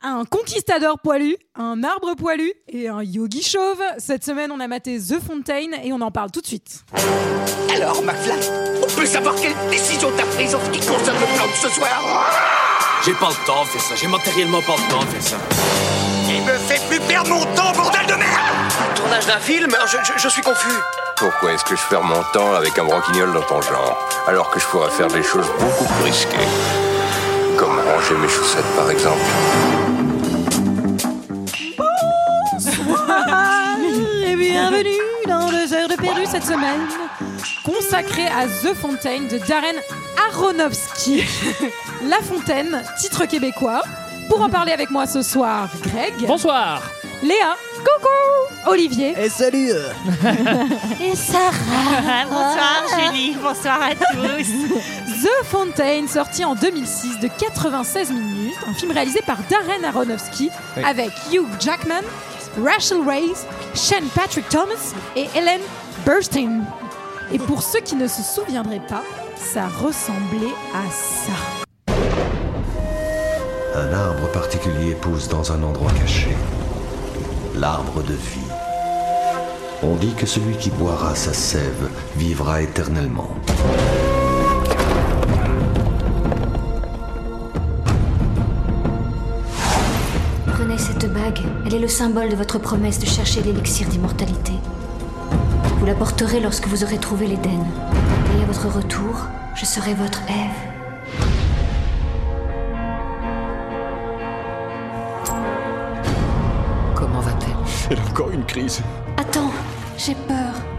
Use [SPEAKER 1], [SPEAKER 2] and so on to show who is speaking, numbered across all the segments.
[SPEAKER 1] Un conquistador poilu, un arbre poilu et un yogi chauve. Cette semaine, on a maté The Fountain et on en parle tout de suite.
[SPEAKER 2] Alors, McFly, on peut savoir quelle décision t'as prise en ce qui concerne le plan de ce soir?
[SPEAKER 3] J'ai pas le temps de faire ça, j'ai matériellement pas le temps de faire ça.
[SPEAKER 2] Il me fait plus perdre mon temps, bordel de merde!
[SPEAKER 3] Tournage d'un film? Je suis confus.
[SPEAKER 4] Pourquoi est-ce que je perds mon temps avec un branquignol dans ton genre, alors que je pourrais faire des choses beaucoup plus risquées? Comme ranger mes chaussettes, par exemple.
[SPEAKER 1] Bonsoir et bienvenue dans 2 heures de perdu cette semaine, consacrée à The Fountain de Darren Aronofsky. La Fontaine, titre québécois. Pour en parler avec moi ce soir, Greg.
[SPEAKER 5] Bonsoir.
[SPEAKER 1] Léa. Coucou. Olivier.
[SPEAKER 6] Et salut.
[SPEAKER 1] Et Sarah.
[SPEAKER 7] Bonsoir Julie, bonsoir à tous.
[SPEAKER 1] The Fountain, sorti en 2006 de 96 minutes, un film réalisé par Darren Aronofsky avec Hugh Jackman, Rachel Weisz, Sean Patrick Thomas et Ellen Burstyn. Et pour ceux qui ne se souviendraient pas, ça ressemblait à ça.
[SPEAKER 8] Un arbre particulier pousse dans un endroit caché. L'arbre de vie. On dit que celui qui boira sa sève vivra éternellement.
[SPEAKER 9] Prenez cette bague, elle est le symbole de votre promesse de chercher l'élixir d'immortalité. Vous la porterez lorsque vous aurez trouvé l'Éden. Et à votre retour, je serai votre Ève.
[SPEAKER 3] Comment va-t-elle?
[SPEAKER 4] Elle a encore une crise.
[SPEAKER 9] Attends, j'ai peur.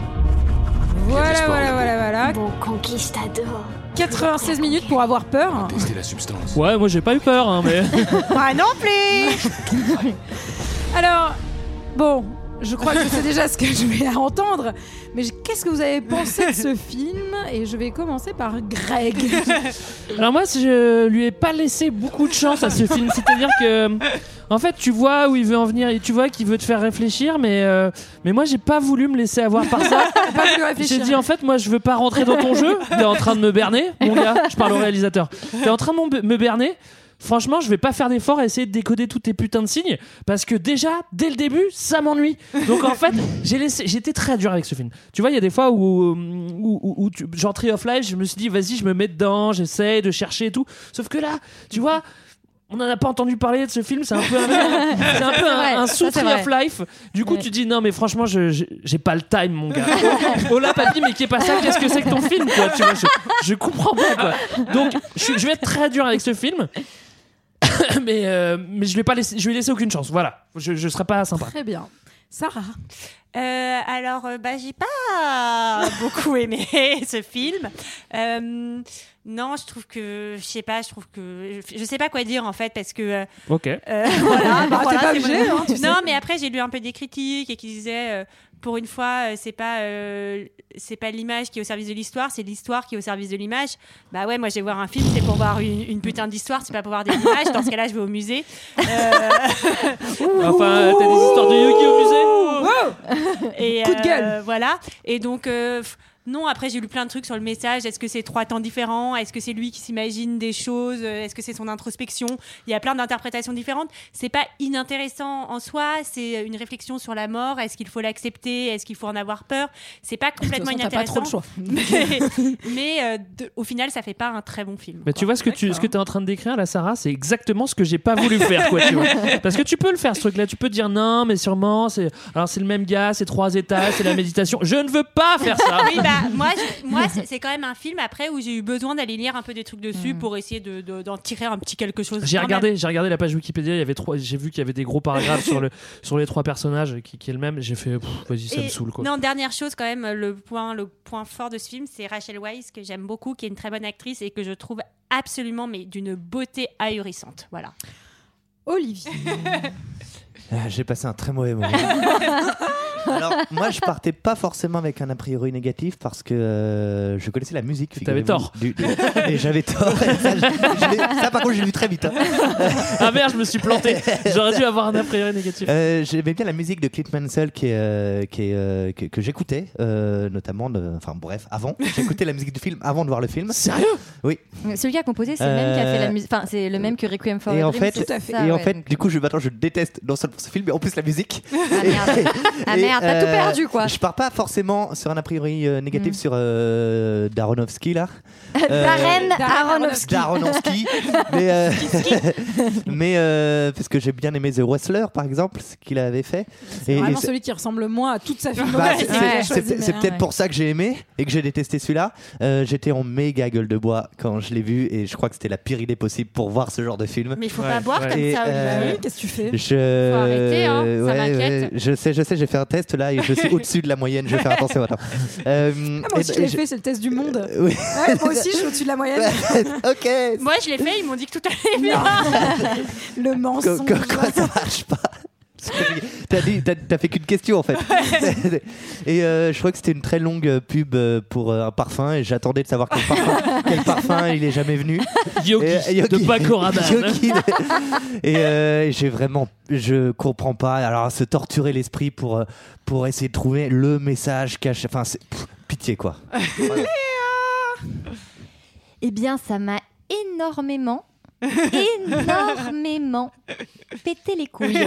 [SPEAKER 1] Voilà.
[SPEAKER 9] Bon conquistador.
[SPEAKER 1] 96 minutes pour avoir peur.
[SPEAKER 4] Tester la substance.
[SPEAKER 5] Ouais, moi j'ai pas eu peur, hein, mais.
[SPEAKER 7] Moi non plus.
[SPEAKER 1] Alors, bon, je crois que je sais déjà ce que je vais entendre, mais qu'est-ce que vous avez pensé de ce film? Et je vais commencer par Greg.
[SPEAKER 5] Alors moi, je lui ai pas laissé beaucoup de chance à ce film. C'est-à-dire que, en fait, tu vois où il veut en venir et tu vois qu'il veut te faire réfléchir, mais moi, j'ai pas voulu me laisser avoir par ça.
[SPEAKER 1] Pas voulu réfléchir.
[SPEAKER 5] J'ai dit, en fait, moi, je veux pas rentrer dans ton jeu. T'es en train de me berner, mon gars. Je parle au réalisateur. T'es en train de me berner. Franchement, je vais pas faire d'effort à essayer de décoder tous tes putains de signes parce que déjà, dès le début, ça m'ennuie. Donc en fait, j'étais très dur avec ce film. Tu vois, il y a des fois où genre Tree of Life, je me suis dit, vas-y, je me mets dedans, j'essaie de chercher et tout. Sauf que là, tu vois, on n'en a pas entendu parler de ce film, c'est un peu un sous-Tree of Life. Du coup, tu dis, non, mais franchement, j'ai pas le time, mon gars. Olap a dit, mais qui est pas ça, qu'est-ce que c'est que ton film, quoi, tu vois, je comprends pas, quoi. Donc, je vais être très dur avec ce film. mais je lui ai laissé aucune chance. Voilà, je serai pas sympa.
[SPEAKER 1] Très bien. Sarah.
[SPEAKER 7] Alors, j'ai pas beaucoup aimé ce film. Non, je trouve que, je sais pas quoi dire en fait parce que.
[SPEAKER 5] Ok.
[SPEAKER 7] Voilà,
[SPEAKER 1] t'es pas obligé, hein, tu sais.
[SPEAKER 7] Non, mais après j'ai lu un peu des critiques et qui disaient. Pour une fois, c'est pas l'image qui est au service de l'histoire, c'est l'histoire qui est au service de l'image. Bah ouais, moi je vais voir un film, c'est pour voir une putain d'histoire, c'est pas pour voir des images. Dans ce cas-là, je vais au musée.
[SPEAKER 5] Enfin, t'as des histoires de yogi au musée.
[SPEAKER 7] Et
[SPEAKER 1] coup de gueule.
[SPEAKER 7] Voilà. Et donc. Non, après j'ai lu plein de trucs sur le message. Est-ce que c'est 3 temps différents? Est-ce que c'est lui qui s'imagine des choses? Est-ce que c'est son introspection? Il y a plein d'interprétations différentes. C'est pas inintéressant en soi. C'est une réflexion sur la mort. Est-ce qu'il faut l'accepter? Est-ce qu'il faut en avoir peur? C'est pas complètement inintéressant.
[SPEAKER 1] T'as pas trop le choix.
[SPEAKER 7] mais au final, ça fait pas un très bon film.
[SPEAKER 5] Mais tu vois ce que t'es en train de décrire là, Sarah, c'est exactement ce que j'ai pas voulu faire, quoi. Tu vois. Parce que tu peux le faire ce truc-là. Tu peux dire non, mais sûrement c'est le même gars, c'est 3 étages, c'est la méditation. Je ne veux pas faire ça.
[SPEAKER 7] Oui, moi c'est quand même un film après où j'ai eu besoin d'aller lire un peu des trucs dessus pour essayer d'en tirer un petit quelque chose.
[SPEAKER 5] J'ai regardé la page Wikipédia, j'ai vu qu'il y avait des gros paragraphes sur les 3 personnages qui est le même. J'ai fait vas-y, ça me saoule, quoi.
[SPEAKER 7] Non, dernière chose quand même, le point fort de ce film, c'est Rachel Weisz que j'aime beaucoup, qui est une très bonne actrice et que je trouve absolument mais d'une beauté ahurissante. Voilà.
[SPEAKER 1] Olivier.
[SPEAKER 6] J'ai passé un très mauvais moment. Alors, moi, je partais pas forcément avec un a priori négatif parce que je connaissais la musique.
[SPEAKER 5] T'avais tort.
[SPEAKER 6] Et j'avais tort. Ça, par contre, j'ai lu très vite. Hein.
[SPEAKER 5] Ah merde, je me suis planté. J'aurais dû avoir un a priori négatif.
[SPEAKER 6] J'aimais bien la musique de Clint Mansell que j'écoutais, notamment. Enfin, bref, avant. J'écoutais la musique du film avant de voir le film.
[SPEAKER 5] Sérieux ?
[SPEAKER 6] Oui.
[SPEAKER 10] Celui qui a composé, c'est le même qui a fait la musique. Enfin, c'est le même que Requiem for a Dream.
[SPEAKER 6] En fait,
[SPEAKER 10] c'est ça,
[SPEAKER 6] en
[SPEAKER 10] ouais.
[SPEAKER 6] fait, du coup, maintenant, je déteste non seulement ce film, mais en plus la musique.
[SPEAKER 10] Ah merde, t'as tout perdu, quoi.
[SPEAKER 6] Je pars pas forcément sur un a priori négatif sur Daronofsky là.
[SPEAKER 10] Darren Aronofsky.
[SPEAKER 6] mais parce que j'ai bien aimé The Wrestler par exemple, ce qu'il avait fait.
[SPEAKER 1] C'est vraiment celui qui ressemble le moins à toute sa
[SPEAKER 6] filmographie. C'est peut-être pour ça que j'ai aimé et que j'ai détesté celui-là. J'étais en méga gueule de bois quand je l'ai vu et je crois que c'était la pire idée possible pour voir ce genre de film.
[SPEAKER 7] Mais il faut pas boire comme ça.
[SPEAKER 1] Qu'est-ce que tu fais?
[SPEAKER 7] Faut arrêter, hein, ça m'inquiète.
[SPEAKER 6] Je sais, j'ai fait un test là et je suis au-dessus de la moyenne. Je vais faire attention maintenant.
[SPEAKER 1] Moi aussi je l'ai fait, c'est le test du monde.
[SPEAKER 6] Oui.
[SPEAKER 1] Ouais, moi aussi je suis au-dessus de la moyenne.
[SPEAKER 6] Ok.
[SPEAKER 7] Moi je l'ai fait, ils m'ont dit que tout allait bien.
[SPEAKER 1] Le mensonge.
[SPEAKER 6] Quoi, ça marche pas. T'as fait qu'une question en fait. Et je crois que c'était une très longue pub pour un parfum et j'attendais de savoir quel parfum il est jamais venu.
[SPEAKER 5] Yogi de Paco Rabanne.
[SPEAKER 6] Et je comprends pas. Alors se torturer l'esprit pour essayer de trouver le message caché. Enfin, pitié quoi. Voilà.
[SPEAKER 10] Eh bien, ça m'a énormément pété les couilles.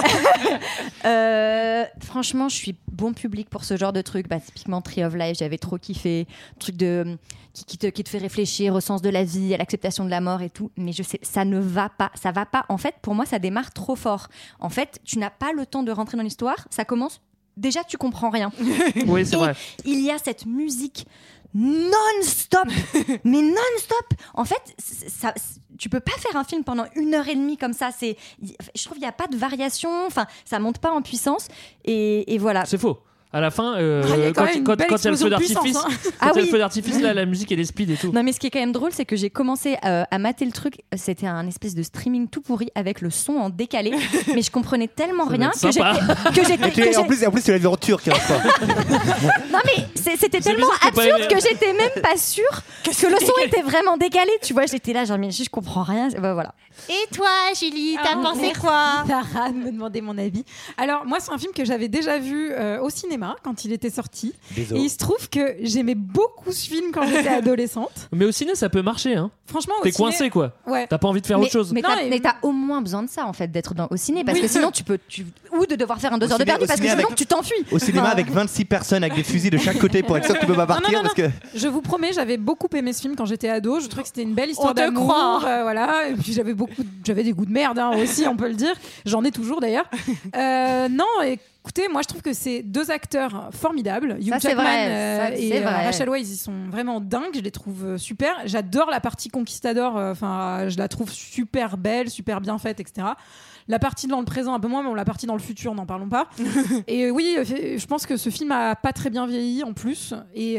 [SPEAKER 10] Franchement, je suis bon public pour ce genre de truc. Typiquement Tree of Life, j'avais trop kiffé. Truc qui te fait réfléchir au sens de la vie, à l'acceptation de la mort et tout. Mais je sais, ça ne va pas. Ça va pas. En fait, pour moi, ça démarre trop fort. En fait, tu n'as pas le temps de rentrer dans l'histoire. Ça commence. Déjà, tu comprends rien.
[SPEAKER 5] Oui, c'est vrai.
[SPEAKER 10] Il y a cette musique non-stop, mais non-stop. En fait, tu peux pas faire un film pendant 1h30 comme ça. Je trouve qu'il n'y a pas de variation. Enfin, ça monte pas en puissance. Et voilà.
[SPEAKER 5] C'est faux. À la fin,
[SPEAKER 1] quand il y a le feu d'artifice,
[SPEAKER 5] le feu d'artifice, là, la musique et les speeds et tout.
[SPEAKER 10] Non, mais ce qui est quand même drôle, c'est que j'ai commencé à mater le truc. C'était un espèce de streaming tout pourri avec le son en décalé, mais je comprenais tellement rien que j'étais.
[SPEAKER 6] En plus, tu l'as vu en turc.
[SPEAKER 10] Non, mais c'était tellement absurde que j'étais même pas sûre que le son était vraiment décalé. Tu vois, j'étais là, genre, mais je comprends rien. Voilà.
[SPEAKER 7] Et toi, Julie, t'as pensé quoi?
[SPEAKER 1] Sarah me demandait mon avis. Alors, moi, c'est un film que j'avais déjà vu au cinéma quand il était sorti.
[SPEAKER 6] Désolé.
[SPEAKER 1] Et il se trouve que j'aimais beaucoup ce film quand j'étais adolescente.
[SPEAKER 5] Mais au ciné, ça peut marcher. Hein.
[SPEAKER 1] Franchement,
[SPEAKER 5] t'es coincé, quoi.
[SPEAKER 1] Ouais.
[SPEAKER 5] T'as pas envie de faire autre chose.
[SPEAKER 10] Mais t'as au moins besoin de ça, en fait, d'être au ciné. Parce que sinon, ou de devoir faire un 2 heures de perdu, parce que sinon, tu t'enfuis.
[SPEAKER 6] Au cinéma, avec 26 personnes avec des fusils de chaque côté pour être sûr que tu peux pas partir.
[SPEAKER 1] Non.
[SPEAKER 6] Parce que...
[SPEAKER 1] Je vous promets, j'avais beaucoup aimé ce film quand j'étais ado. Je trouvais que c'était une belle histoire d'amour. Voilà. Et puis j'avais des goûts de merde aussi, on peut le dire. J'en ai toujours d'ailleurs. Non, écoutez, moi je trouve que c'est deux acteurs formidables. Hugh Jackman et Rachel Weisz, ils sont vraiment dingues. Je les trouve super. J'adore la partie Conquistador. Je la trouve super belle, super bien faite, etc. La partie dans le présent un peu moins, mais la partie dans le futur, n'en parlons pas. Et oui, je pense que ce film a pas très bien vieilli en plus. Et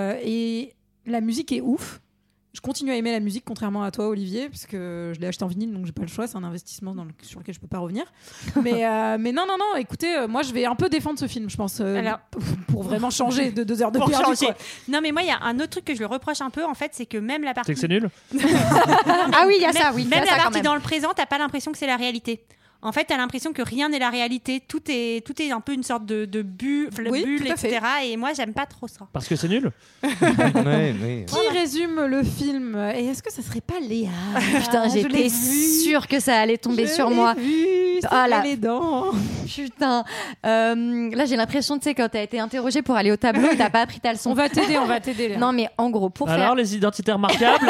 [SPEAKER 1] la musique est ouf. Je continue à aimer la musique, contrairement à toi, Olivier, parce que je l'ai acheté en vinyle, donc j'ai pas le choix. C'est un investissement sur lequel je peux pas revenir. Mais non. Écoutez, moi, je vais un peu défendre ce film, je pense, pour vraiment changer de 2 heures de perdu.
[SPEAKER 7] Non, mais moi, il y a un autre truc que je le reproche un peu, en fait, c'est que même la partie.
[SPEAKER 5] C'est que c'est nul.
[SPEAKER 10] Ah oui, il y a ça, oui.
[SPEAKER 7] Même la partie dans le présent, t'as pas l'impression que c'est la réalité. En fait, t'as l'impression que rien n'est la réalité. Tout est un peu une sorte de bulle, etc. Et moi, j'aime pas trop ça.
[SPEAKER 5] Parce que c'est nul.
[SPEAKER 6] Oui.
[SPEAKER 1] Qui résume le film? Et est-ce que ça serait pas Léa?
[SPEAKER 10] Putain, j'étais sûre que ça allait tomber sur moi.
[SPEAKER 1] Les dents.
[SPEAKER 10] Putain. Là, j'ai l'impression, tu sais, quand t'as été interrogée pour aller au tableau, t'as pas appris ta leçon.
[SPEAKER 1] On va t'aider. Léa.
[SPEAKER 10] Non, mais en gros,
[SPEAKER 5] Alors, les identités remarquables.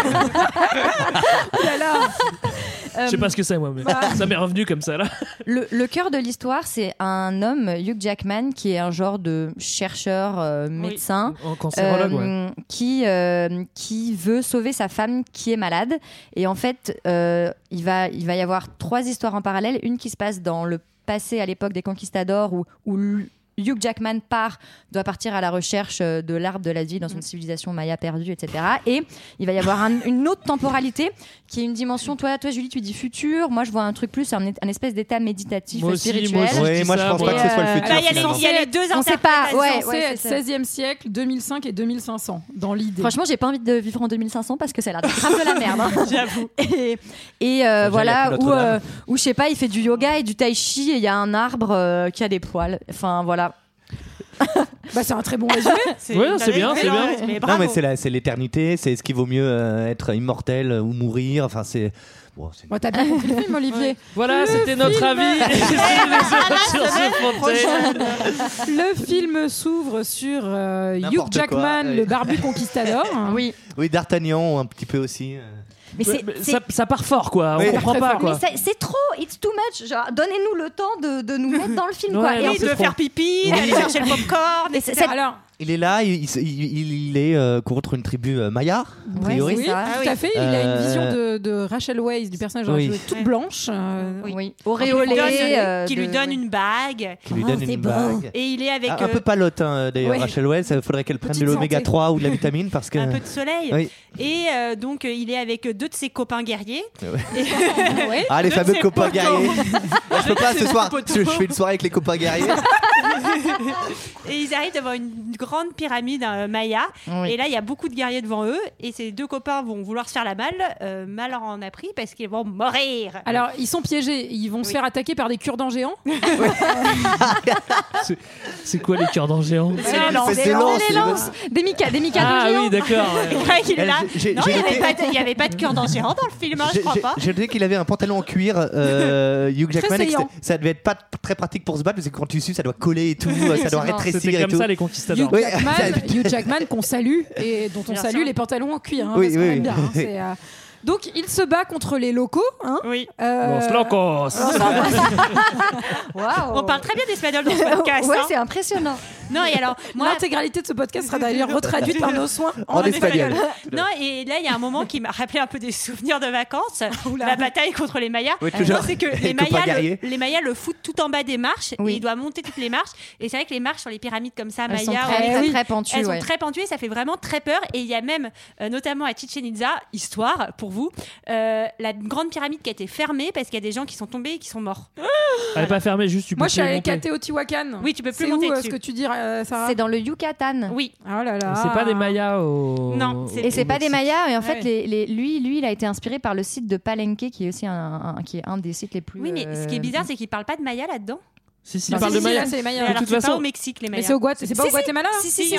[SPEAKER 5] Je sais pas ce que c'est, moi, mais ça m'est revenu comme ça, là.
[SPEAKER 10] Le cœur de l'histoire, c'est un homme, Hugh Jackman, qui est un genre de chercheur, médecin,
[SPEAKER 5] cancérologue,
[SPEAKER 10] qui veut sauver sa femme qui est malade. Et en fait, il va y avoir 3 histoires en parallèle. Une qui se passe dans le passé, à l'époque des conquistadors, où Hugh Jackman doit partir à la recherche de l'arbre de la vie dans une civilisation maya perdue, etc. Et il va y avoir une autre temporalité qui est une dimension. Toi, Julie, tu dis futur. Moi, je vois un truc plus, un espèce d'état méditatif, spirituel.
[SPEAKER 6] Moi, je pense pas que ce soit le futur.
[SPEAKER 7] Il y a les deux
[SPEAKER 10] on sait pas.
[SPEAKER 1] C'est 16e siècle, 2005 et 2500 dans l'idée.
[SPEAKER 10] Franchement, j'ai pas envie de vivre en 2500 parce que ça a l'air grave de la merde. Hein.
[SPEAKER 7] J'avoue.
[SPEAKER 10] Et voilà, où je sais pas, il fait du yoga et du tai chi et il y a un arbre qui a des poils. Enfin, voilà.
[SPEAKER 1] C'est un très bon résumé.
[SPEAKER 5] C'est bien.
[SPEAKER 6] Non, mais c'est l'éternité, c'est ce qui vaut mieux être immortel ou mourir. Enfin, c'est.
[SPEAKER 1] T'as bien compris le film, Olivier.
[SPEAKER 5] Voilà, c'était notre avis.
[SPEAKER 1] Le film s'ouvre sur Hugh Jackman, le barbu conquistador.
[SPEAKER 10] Oui,
[SPEAKER 6] D'Artagnan un petit peu aussi.
[SPEAKER 10] Mais
[SPEAKER 5] ça part fort, quoi. On comprend pas, quoi.
[SPEAKER 10] Mais c'est trop, it's too much. Genre, donnez-nous le temps de nous mettre dans le film, quoi.
[SPEAKER 5] Ouais,
[SPEAKER 7] Et de faire pipi, d'aller chercher le popcorn, etc.
[SPEAKER 1] Alors,
[SPEAKER 6] il est là, il est contre une tribu maya, a priori.
[SPEAKER 1] Oui, tout à fait. Il a une vision de Rachel Weisz, du personnage de Rachel Weisz, toute blanche.
[SPEAKER 10] Auréolée.
[SPEAKER 7] Qui lui donne une bague. Et il est avec.
[SPEAKER 6] Un peu palote, d'ailleurs, Rachel Weisz. Il faudrait qu'elle prenne de l'oméga 3 ou de la vitamine parce que.
[SPEAKER 7] Un peu de soleil.
[SPEAKER 6] Oui.
[SPEAKER 7] Et donc, il est avec deux de ses copains guerriers.
[SPEAKER 6] Les fameux copains guerriers. Je peux pas ce soir. Je fais une soirée avec les copains guerriers.
[SPEAKER 7] Et ils arrivent devant une grande pyramide maya. Et là, il y a beaucoup de guerriers devant eux. Et ces deux copains vont vouloir se faire la malle. Mal leur en a pris parce qu'ils vont mourir.
[SPEAKER 1] Alors, ils sont piégés. Ils vont se faire attaquer par des cure-dents géants.
[SPEAKER 5] C'est quoi les cure-dents géants?
[SPEAKER 10] C'est les lances. Des micas géants.
[SPEAKER 5] Oui, d'accord.
[SPEAKER 7] Il est là. Non, il n'y avait pas de cure-dents géants dans le film, je crois pas.
[SPEAKER 6] J'ai noté qu'il avait un pantalon en cuir, Hugh Jackman. Ça devait être pas très pratique pour se battre parce que quand tu sues, ça doit coller et tout. Ça doit rétrécir.
[SPEAKER 5] C'était comme ça les conquistadors.
[SPEAKER 1] Hugh Jackman qu'on salue et dont on salue les pantalons en cuir. Parce qu'on aime bien. Donc il se bat contre les locaux.
[SPEAKER 7] Oui.
[SPEAKER 5] Los locos.
[SPEAKER 7] On parle très bien d'espagnol dans ce podcast.
[SPEAKER 10] C'est impressionnant.
[SPEAKER 7] Non, et alors,
[SPEAKER 1] l'intégralité de ce podcast sera d'ailleurs retraduite par nos soins
[SPEAKER 6] en espagnol.
[SPEAKER 7] Non, et là, il y a un moment qui m'a rappelé un peu des souvenirs de vacances. La bataille contre les Mayas. C'est que les Mayas le foutent tout en bas des marches. Et il doit monter toutes les marches. Et c'est vrai que les marches sur les pyramides comme ça,
[SPEAKER 10] elles
[SPEAKER 7] Mayas,
[SPEAKER 10] sont très pentues.
[SPEAKER 7] Elles sont très pentues et ça fait vraiment très peur. Et il y a même, notamment à Chichen Itza, histoire pour vous, la grande pyramide qui a été fermée parce qu'il y a des gens qui sont tombés et qui sont morts.
[SPEAKER 5] Elle n'est pas fermée, juste tu peux.
[SPEAKER 1] Moi, je suis allée à Teotihuacan.
[SPEAKER 7] Oui, tu peux plus monter dessus.
[SPEAKER 1] Ce que tu dis, Sarah?
[SPEAKER 10] C'est dans le Yucatan.
[SPEAKER 7] Oui.
[SPEAKER 1] Oh là là.
[SPEAKER 5] C'est pas des Mayas au.
[SPEAKER 7] Non.
[SPEAKER 10] Et c'est pas des Mayas. Et en fait, lui, il a été inspiré par le site de Palenque, qui est aussi un des sites les plus.
[SPEAKER 7] Oui, mais ce qui est bizarre, c'est qu'il parle pas de Maya là-dedans.
[SPEAKER 5] Si, il parle de Mayas.
[SPEAKER 1] C'est les Mayas.
[SPEAKER 7] Alors, c'est pas au Mexique, les Mayas.
[SPEAKER 1] Mais c'est pas au Guatemala.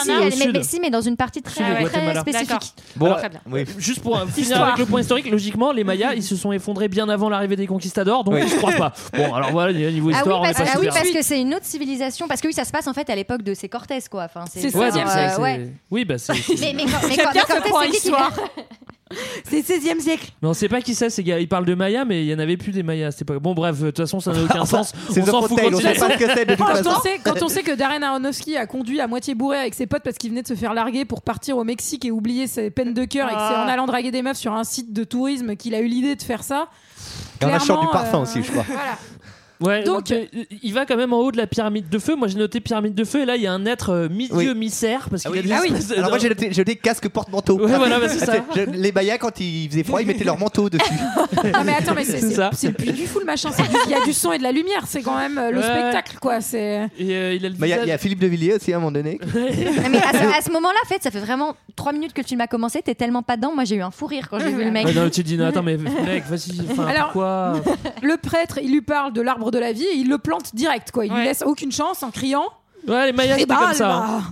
[SPEAKER 10] Si, mais dans une partie très spécifique.
[SPEAKER 6] Bon,
[SPEAKER 5] juste pour finir avec le point historique, logiquement, les Mayas, ils se sont effondrés bien avant l'arrivée des conquistadors, donc je crois pas. Bon, alors voilà, niveau histoire, on est pas super.
[SPEAKER 10] Oui, parce que c'est une autre civilisation. Parce que ça se passe en fait à l'époque de ces Cortés, quoi. Enfin,
[SPEAKER 1] c'est 16e
[SPEAKER 5] siècle. Oui, bah c'est.
[SPEAKER 10] Mais Cortés, c'est l'histoire. C'est 16e siècle.
[SPEAKER 5] Mais on sait pas qui c'est, ces gars. Ils parlent de Maya, mais il y en avait plus des Mayas. C'était pas. Bon, bref, de toute façon, ça n'a aucun sens.
[SPEAKER 6] On s'en fout. On sait pas ce que c'est de toute façon.
[SPEAKER 1] Quand on sait que Darren Aronofsky a conduit à moitié bourré avec ses potes parce qu'il venait de se faire larguer pour partir au Mexique et oublier ses peines de cœur et que c'est en allant draguer des meufs sur un site de tourisme qu'il a eu l'idée de faire ça.
[SPEAKER 6] Et en achetant du parfum aussi, je crois.
[SPEAKER 1] Voilà.
[SPEAKER 5] Ouais, donc il va quand même en haut de la pyramide de feu. Moi j'ai noté pyramide de feu et là il y a un être mi-dieu, mi-cerf parce qu'il y a des
[SPEAKER 6] Alors moi j'ai noté casque porte-manteau.
[SPEAKER 5] Ouais, voilà, c'est ça.
[SPEAKER 6] Les Mayas quand il faisait froid ils mettaient leur manteau dessus.
[SPEAKER 1] Ah mais attends, mais c'est le puits du fou le machin. Il y a du son et de la lumière, c'est quand même le spectacle quoi.
[SPEAKER 6] Il y a Philippe de Villiers aussi à un moment donné.
[SPEAKER 10] Mais à ce moment-là, en fait, ça fait vraiment 3 minutes que le film a commencé. T'es tellement pas dedans. Moi j'ai eu un fou rire quand j'ai vu le mec.
[SPEAKER 5] Non, tu te dis non, attends mais mec, vas-y.
[SPEAKER 1] Alors
[SPEAKER 5] pourquoi
[SPEAKER 1] le prêtre il lui parle de l'arbre de la vie et il le plante direct quoi. Il lui laisse aucune chance en criant.
[SPEAKER 5] Ouais, les Mayas, c'était comme ça.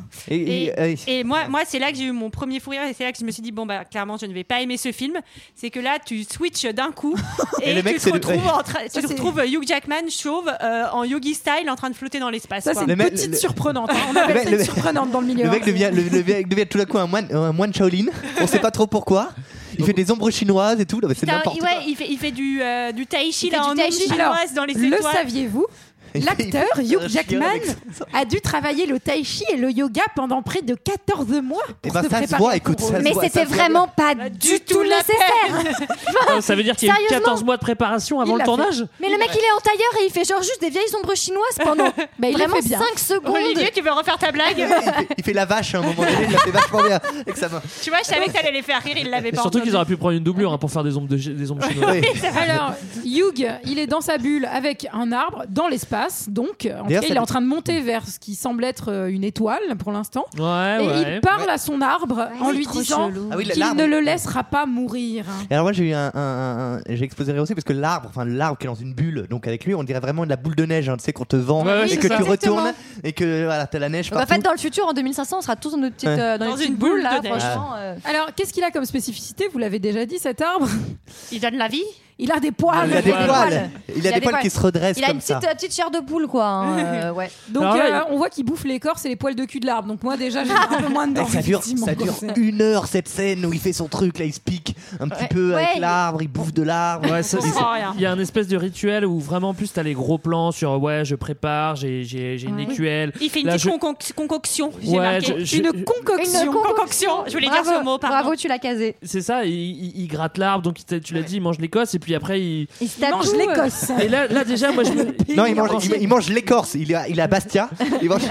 [SPEAKER 7] Et moi, c'est là que j'ai eu mon premier fou rire et c'est là que je me suis dit, bon, bah, clairement, je ne vais pas aimer ce film. C'est que là, tu switches d'un coup et tu te retrouves Hugh Jackman chauve en yogi style en train de flotter dans l'espace.
[SPEAKER 1] Ça, c'est une petite surprenante. On appelle ça surprenante dans le milieu.
[SPEAKER 6] Le mec devient tout d'un coup un moine Shaolin. On sait pas trop pourquoi. Il fait des ombres chinoises et tout. C'est n'importe quoi.
[SPEAKER 7] Il fait du tai chi en ombre chinoise dans les étoiles.
[SPEAKER 1] Le saviez-vous L'acteur Hugh Jackman a dû travailler le tai chi et le yoga pendant près de 14 mois pour se
[SPEAKER 6] ça se
[SPEAKER 1] préparer
[SPEAKER 6] voit,
[SPEAKER 1] au
[SPEAKER 6] écoute,
[SPEAKER 1] rôle.
[SPEAKER 6] ça se
[SPEAKER 10] Mais
[SPEAKER 6] voit,
[SPEAKER 10] c'était
[SPEAKER 6] ça se voit
[SPEAKER 10] vraiment pas du tout nécessaire.
[SPEAKER 5] Ça veut dire qu'il y a eu
[SPEAKER 10] Sérieusement
[SPEAKER 5] 14 mois de préparation avant
[SPEAKER 1] Il
[SPEAKER 5] le
[SPEAKER 1] l'a
[SPEAKER 5] tournage.
[SPEAKER 10] Mais le mec, il est en tailleur et il fait genre juste des vieilles ombres chinoises pendant
[SPEAKER 1] il
[SPEAKER 10] vraiment
[SPEAKER 1] le fait bien.
[SPEAKER 10] 5 secondes.
[SPEAKER 7] Olivier, tu veux refaire ta blague?
[SPEAKER 6] Il fait la vache à un moment donné, il l'a fait vachement bien avec sa main.
[SPEAKER 7] Tu vois, je savais que t'allais les faire rire, il l'avait
[SPEAKER 5] Et
[SPEAKER 7] pas
[SPEAKER 5] surtout
[SPEAKER 7] entendu.
[SPEAKER 5] qu'ils auraient pu prendre une doublure pour faire des ombres chinoises.
[SPEAKER 6] Oui.
[SPEAKER 1] Alors, Hugh, il est dans sa bulle avec un arbre dans l'espace, donc en tout
[SPEAKER 6] D'ailleurs,
[SPEAKER 1] cas, il est en train de monter vers ce qui semble être une étoile pour l'instant.
[SPEAKER 5] Ouais,
[SPEAKER 1] Et
[SPEAKER 5] ouais.
[SPEAKER 1] il parle à son arbre en lui disant
[SPEAKER 6] Ah oui,
[SPEAKER 1] qu'il
[SPEAKER 6] l'arbre.
[SPEAKER 1] ne le laissera pas mourir.
[SPEAKER 6] Et alors moi j'ai eu j'ai exposé aussi parce que l'arbre qui est dans une bulle, donc avec lui on dirait vraiment de la boule de neige, tu sais, qu'on te vend
[SPEAKER 5] Ouais,
[SPEAKER 6] et
[SPEAKER 5] c'est
[SPEAKER 6] que
[SPEAKER 5] ça.
[SPEAKER 6] tu
[SPEAKER 10] Exactement.
[SPEAKER 6] retournes et que voilà, t'as la neige
[SPEAKER 10] Donc en
[SPEAKER 6] partout.
[SPEAKER 10] fait, dans le futur, en 2500, on sera tous dans notre petite,
[SPEAKER 6] Ouais.
[SPEAKER 10] dans
[SPEAKER 7] Dans
[SPEAKER 10] une petite
[SPEAKER 7] une
[SPEAKER 10] boule
[SPEAKER 7] boule
[SPEAKER 10] là,
[SPEAKER 7] de neige.
[SPEAKER 10] franchement.
[SPEAKER 1] Alors, qu'est-ce qu'il a comme spécificité? Vous l'avez déjà dit, cet arbre.
[SPEAKER 7] Il donne la vie.
[SPEAKER 1] Il a des poils.
[SPEAKER 6] Il a des
[SPEAKER 10] poils.
[SPEAKER 6] poils. Il a des poils
[SPEAKER 10] poils.
[SPEAKER 6] qui se redressent
[SPEAKER 10] Il a
[SPEAKER 6] comme
[SPEAKER 10] une
[SPEAKER 6] ça.
[SPEAKER 10] petite chair de poule, quoi. Hein, ouais.
[SPEAKER 1] Donc,
[SPEAKER 5] Alors là,
[SPEAKER 1] on voit qu'il bouffe l'écorce et les poils de cul de l'arbre. Donc, moi, déjà, j'ai un peu moins de
[SPEAKER 6] Et
[SPEAKER 1] dents.
[SPEAKER 6] ça dure
[SPEAKER 1] effectivement, quoi.
[SPEAKER 6] 1 heure cette scène où il fait son truc là, il se pique un petit peu avec
[SPEAKER 10] Ouais.
[SPEAKER 6] l'arbre, il bouffe de l'arbre.
[SPEAKER 5] Ouais, ça,
[SPEAKER 7] On sent rien.
[SPEAKER 5] il y a un espèce de rituel où vraiment en plus t'as les gros plans sur je prépare, j'ai une écuelle.
[SPEAKER 7] Il fait une
[SPEAKER 5] Là,
[SPEAKER 7] petite
[SPEAKER 5] je-
[SPEAKER 7] concoction. J'ai
[SPEAKER 5] Ouais,
[SPEAKER 7] marqué.
[SPEAKER 1] Une concoction.
[SPEAKER 10] Une
[SPEAKER 7] Concoction. Je voulais dire ce mot, pardon.
[SPEAKER 10] Bravo, tu l'as casé.
[SPEAKER 5] C'est ça, il gratte l'arbre, donc tu l'as dit, il mange l'écosse et puis après il.
[SPEAKER 10] Il se
[SPEAKER 1] Il mange
[SPEAKER 10] tatoue,
[SPEAKER 1] l'Écosse.
[SPEAKER 5] Et là déjà moi je me.
[SPEAKER 6] Non, il mange l'écorce, il a Bastia. Il mange...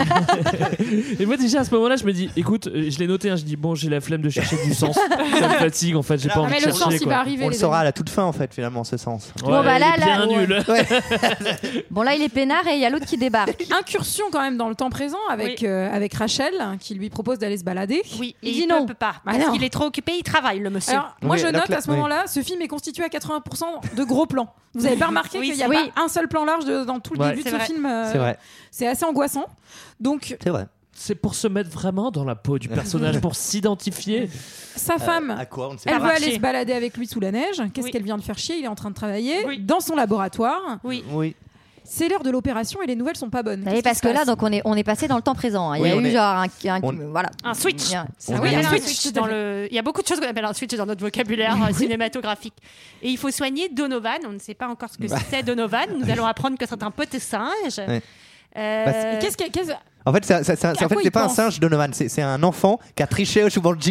[SPEAKER 5] Et moi déjà à ce moment-là je me dis écoute, je l'ai noté, je dis bon j'ai la flemme de chercher du sens, ça me fatigue en fait, j'ai pas envie
[SPEAKER 1] Mais
[SPEAKER 5] de
[SPEAKER 1] le
[SPEAKER 5] chercher
[SPEAKER 1] sens, il
[SPEAKER 5] quoi.
[SPEAKER 1] va arriver.
[SPEAKER 6] On le
[SPEAKER 1] les
[SPEAKER 6] saura à
[SPEAKER 1] amis.
[SPEAKER 6] la toute fin en fait finalement ce sens.
[SPEAKER 5] Ouais,
[SPEAKER 10] Bon, bah, là,
[SPEAKER 5] il est bien
[SPEAKER 10] ouais.
[SPEAKER 5] nul.
[SPEAKER 10] Bon, là, il est peinard et il y a l'autre qui débarque.
[SPEAKER 1] Incursion quand même dans le temps présent avec, avec Rachel qui lui propose d'aller se balader.
[SPEAKER 7] Oui,
[SPEAKER 10] Il
[SPEAKER 7] et
[SPEAKER 10] dit
[SPEAKER 7] il
[SPEAKER 10] non.
[SPEAKER 7] peut pas.
[SPEAKER 1] Bah
[SPEAKER 7] Parce
[SPEAKER 1] non.
[SPEAKER 7] qu'il est trop occupé, il travaille, le monsieur.
[SPEAKER 1] Alors, moi
[SPEAKER 6] Oui,
[SPEAKER 1] je
[SPEAKER 6] alors
[SPEAKER 1] note
[SPEAKER 6] que là-
[SPEAKER 1] à ce moment-là, ce film est constitué à 80% de gros plans. Vous avez pas remarqué
[SPEAKER 7] Oui,
[SPEAKER 1] qu'il n'y a
[SPEAKER 10] oui.
[SPEAKER 1] pas un seul plan large dans tout le
[SPEAKER 5] Ouais.
[SPEAKER 1] début de
[SPEAKER 7] C'est
[SPEAKER 1] ce
[SPEAKER 7] vrai.
[SPEAKER 1] film.
[SPEAKER 6] C'est vrai,
[SPEAKER 1] C'est assez angoissant. Donc,
[SPEAKER 6] c'est vrai.
[SPEAKER 5] C'est pour se mettre vraiment dans la peau du personnage, pour s'identifier.
[SPEAKER 1] sa femme,
[SPEAKER 6] À quoi on ne sait
[SPEAKER 1] elle
[SPEAKER 6] pas.
[SPEAKER 1] veut
[SPEAKER 7] marcher.
[SPEAKER 1] aller se balader avec lui sous la neige. Qu'est-ce
[SPEAKER 7] Oui.
[SPEAKER 1] qu'elle vient de faire chier? Il est en train de travailler
[SPEAKER 7] Oui.
[SPEAKER 1] dans son laboratoire.
[SPEAKER 7] Oui.
[SPEAKER 6] Oui.
[SPEAKER 1] C'est l'heure de l'opération et les nouvelles sont pas bonnes.
[SPEAKER 10] Oui,
[SPEAKER 1] Qu'est-ce
[SPEAKER 10] parce
[SPEAKER 1] qui
[SPEAKER 10] que
[SPEAKER 1] se
[SPEAKER 10] là,
[SPEAKER 1] passe
[SPEAKER 10] donc on est passé dans le temps présent. hein. Il
[SPEAKER 6] Oui,
[SPEAKER 10] y a
[SPEAKER 6] on
[SPEAKER 10] eu
[SPEAKER 6] est-
[SPEAKER 10] genre
[SPEAKER 6] on-
[SPEAKER 10] voilà.
[SPEAKER 7] Un switch.
[SPEAKER 10] Il y a-
[SPEAKER 7] Ça
[SPEAKER 6] On
[SPEAKER 7] oui,
[SPEAKER 6] est-
[SPEAKER 7] il y a un
[SPEAKER 1] switch,
[SPEAKER 7] switch
[SPEAKER 1] tout à
[SPEAKER 7] dans
[SPEAKER 1] fait.
[SPEAKER 7] le. Il y a beaucoup de choses qu'on appelle un switch dans notre vocabulaire cinématographique. Et il faut soigner Donovan. On ne sait pas encore ce que c'est Donovan. Nous allons apprendre que c'est un petit singe.
[SPEAKER 6] Ouais.
[SPEAKER 1] Et qu'est-ce
[SPEAKER 6] En fait, c'est
[SPEAKER 1] quoi il
[SPEAKER 6] pas un
[SPEAKER 1] pense
[SPEAKER 6] singe Donovan, c'est un enfant qui a triché au Shumanji.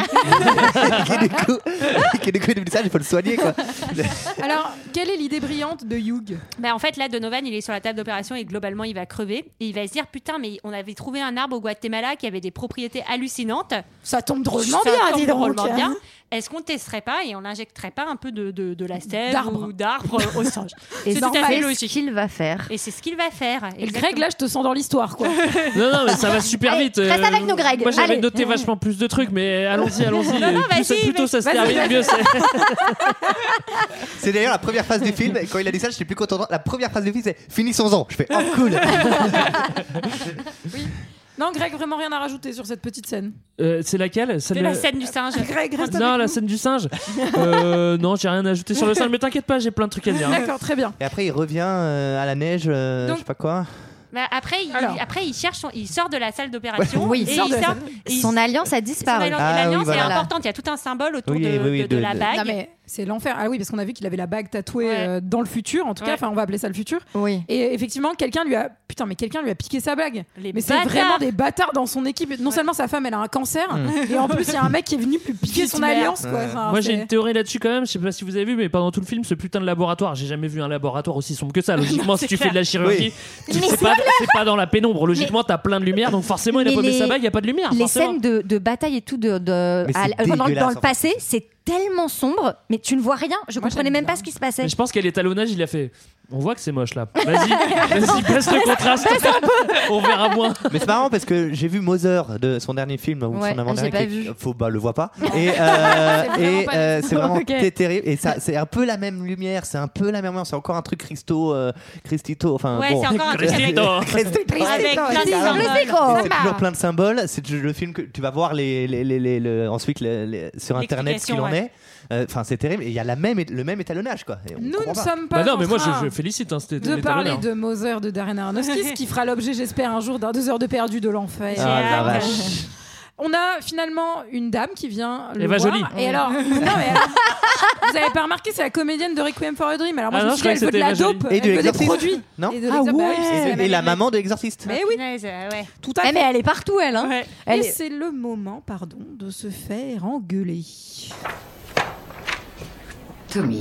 [SPEAKER 6] qui du coup est devenu sage, il faut le soigner quoi.
[SPEAKER 1] Alors, quelle est l'idée brillante de Hugh?
[SPEAKER 7] Bah, en fait, là, Donovan, il est sur la table d'opération et globalement, il va crever. Et il va se dire putain, mais on avait trouvé un arbre au Guatemala qui avait des propriétés hallucinantes.
[SPEAKER 1] Ça tombe drôlement
[SPEAKER 7] Ça
[SPEAKER 1] bien,
[SPEAKER 7] tombe
[SPEAKER 1] dis donc.
[SPEAKER 7] drôlement bien. Est-ce qu'on testerait pas et on n'injecterait pas un peu de la sève
[SPEAKER 1] D'arbre.
[SPEAKER 7] ou d'arbre au singe?
[SPEAKER 10] Et
[SPEAKER 7] C'est tout à
[SPEAKER 10] c'est
[SPEAKER 7] fait
[SPEAKER 10] ce
[SPEAKER 7] logique.
[SPEAKER 10] qu'il va faire.
[SPEAKER 7] Et c'est ce qu'il va faire.
[SPEAKER 1] Et Greg, là, je te sens dans l'histoire, quoi.
[SPEAKER 5] Non, mais ça va super
[SPEAKER 10] Allez,
[SPEAKER 5] vite.
[SPEAKER 10] reste avec nous, Greg.
[SPEAKER 5] Moi j'avais
[SPEAKER 10] Allez.
[SPEAKER 5] noté vachement plus de trucs, mais allons-y.
[SPEAKER 7] non, vas-y,
[SPEAKER 5] Plutôt ça se
[SPEAKER 1] vas-y,
[SPEAKER 5] termine,
[SPEAKER 1] vas-y.
[SPEAKER 5] mieux c'est.
[SPEAKER 6] C'est d'ailleurs la première phase du film. Et quand il a dit ça, j'étais plus content. La première phase du film, c'est finissons-en. Je fais oh cool.
[SPEAKER 1] Non, Greg, vraiment rien à rajouter sur cette petite scène.
[SPEAKER 5] C'est laquelle
[SPEAKER 7] C'est la scène du singe.
[SPEAKER 1] Greg, reste
[SPEAKER 5] Non,
[SPEAKER 1] avec
[SPEAKER 5] la
[SPEAKER 1] nous.
[SPEAKER 5] scène du singe. Non, j'ai rien à ajouter sur le singe, mais t'inquiète pas, j'ai plein de trucs à dire.
[SPEAKER 1] D'accord, très bien.
[SPEAKER 6] Et après, il revient à la neige, je sais pas quoi.
[SPEAKER 7] Bah, après,
[SPEAKER 1] Alors.
[SPEAKER 7] il cherche, il sort de la salle d'opération.
[SPEAKER 10] Oui,
[SPEAKER 7] et
[SPEAKER 10] il sort
[SPEAKER 7] il
[SPEAKER 10] de la
[SPEAKER 7] sort.
[SPEAKER 10] salle.
[SPEAKER 7] et il-
[SPEAKER 10] Son alliance a
[SPEAKER 7] son
[SPEAKER 10] disparu.
[SPEAKER 7] alliance-
[SPEAKER 6] Ah
[SPEAKER 7] l'alliance
[SPEAKER 6] oui, voilà.
[SPEAKER 7] est importante. Il y a tout un symbole autour
[SPEAKER 6] Oui,
[SPEAKER 7] de
[SPEAKER 6] de-
[SPEAKER 7] la bague.
[SPEAKER 1] Non, mais c'est l'enfer. Ah oui, parce qu'on a vu qu'il avait la bague tatouée
[SPEAKER 7] Ouais.
[SPEAKER 1] dans le futur, en tout cas.
[SPEAKER 7] Ouais.
[SPEAKER 1] Enfin, on va appeler ça le futur.
[SPEAKER 10] Oui.
[SPEAKER 1] Et effectivement, quelqu'un lui a piqué sa bague.
[SPEAKER 7] Les
[SPEAKER 1] Mais c'est
[SPEAKER 7] bâtards.
[SPEAKER 1] vraiment des bâtards dans son équipe. Non seulement sa femme, elle a un cancer, et en plus, il y a un mec qui est venu lui piquer
[SPEAKER 7] Fils
[SPEAKER 1] son
[SPEAKER 7] de merde.
[SPEAKER 1] alliance, quoi. Enfin,
[SPEAKER 5] Moi
[SPEAKER 1] c'est-
[SPEAKER 5] j'ai une théorie là-dessus quand même, je sais pas si vous avez vu, mais pendant tout le film, ce putain de laboratoire, j'ai jamais vu un laboratoire aussi sombre que ça. Logiquement, si tu fais de la chirurgie, c'est pas dans la pénombre. Logiquement, t'as plein de lumière, donc forcément, il a
[SPEAKER 10] Mais
[SPEAKER 5] pas mis
[SPEAKER 10] les-
[SPEAKER 5] sa bague, y a pas de lumière.
[SPEAKER 10] Les
[SPEAKER 5] forcément.
[SPEAKER 10] scènes de bataille et tout
[SPEAKER 6] Mais c'est
[SPEAKER 10] dans
[SPEAKER 6] dégueulasse,
[SPEAKER 10] le
[SPEAKER 6] en fait.
[SPEAKER 10] passé, c'est tellement sombre, mais tu ne vois rien. Je
[SPEAKER 1] Moi,
[SPEAKER 10] comprenais
[SPEAKER 1] j'aime
[SPEAKER 10] même
[SPEAKER 1] bien.
[SPEAKER 10] pas ce qui se passait.
[SPEAKER 5] Mais je pense qu'à l'étalonnage, il a fait. On voit que c'est moche là. Vas-y, passe le contraste. On verra moins.
[SPEAKER 6] Mais c'est marrant parce que j'ai vu Mother de son dernier film ou
[SPEAKER 10] Ouais,
[SPEAKER 6] son avant-dernier.
[SPEAKER 10] j'ai pas
[SPEAKER 6] qui est-
[SPEAKER 10] vu.
[SPEAKER 6] Faut le voit pas. Et
[SPEAKER 1] vraiment pas
[SPEAKER 6] c'est vraiment
[SPEAKER 10] Ok.
[SPEAKER 6] terrible. Et ça, c'est un peu la même lumière, c'est un peu la même ambiance. C'est encore un truc Christito. Enfin
[SPEAKER 7] Ouais,
[SPEAKER 6] bon.
[SPEAKER 7] c'est encore un truc avec,
[SPEAKER 5] Christito.
[SPEAKER 7] avec plein de
[SPEAKER 6] C'est
[SPEAKER 7] symboles.
[SPEAKER 6] C'est toujours plein de symboles. C'est le film que tu vas voir ensuite sur internet ce qu'il en
[SPEAKER 7] L'explication,
[SPEAKER 6] est. Enfin, c'est terrible. Et il y a le même étalonnage quoi. Et on
[SPEAKER 1] Nous
[SPEAKER 6] comprend
[SPEAKER 1] ne
[SPEAKER 6] pas.
[SPEAKER 1] sommes pas
[SPEAKER 5] Bah non,
[SPEAKER 1] en
[SPEAKER 5] mais moi
[SPEAKER 1] train
[SPEAKER 5] je félicite. Hein, c'était
[SPEAKER 1] de parler de Mother de Darren Aronofsky, ce qui fera l'objet, j'espère, un jour d'un 2 heures de perdu de l'enfer.
[SPEAKER 6] Ah la
[SPEAKER 7] hâte.
[SPEAKER 6] vache.
[SPEAKER 1] On a finalement une dame qui vient le
[SPEAKER 5] Eva
[SPEAKER 1] voir.
[SPEAKER 5] Jolie.
[SPEAKER 1] Et alors, non, mais alors, vous avez pas remarqué, c'est la comédienne de Requiem for a Dream. Alors moi, je me suis dit, elle veut de la dope,
[SPEAKER 6] Et de
[SPEAKER 1] elle veut des
[SPEAKER 6] l'exorciste.
[SPEAKER 1] produits.
[SPEAKER 6] Non
[SPEAKER 1] Et de l'exorciste.
[SPEAKER 6] Et la maman de l'exorciste.
[SPEAKER 1] Mais oui,
[SPEAKER 7] Ouais.
[SPEAKER 1] tout à fait.
[SPEAKER 10] Mais elle est partout, elle. Hein.
[SPEAKER 1] Et c'est le moment, de se faire engueuler.
[SPEAKER 11] Tommy,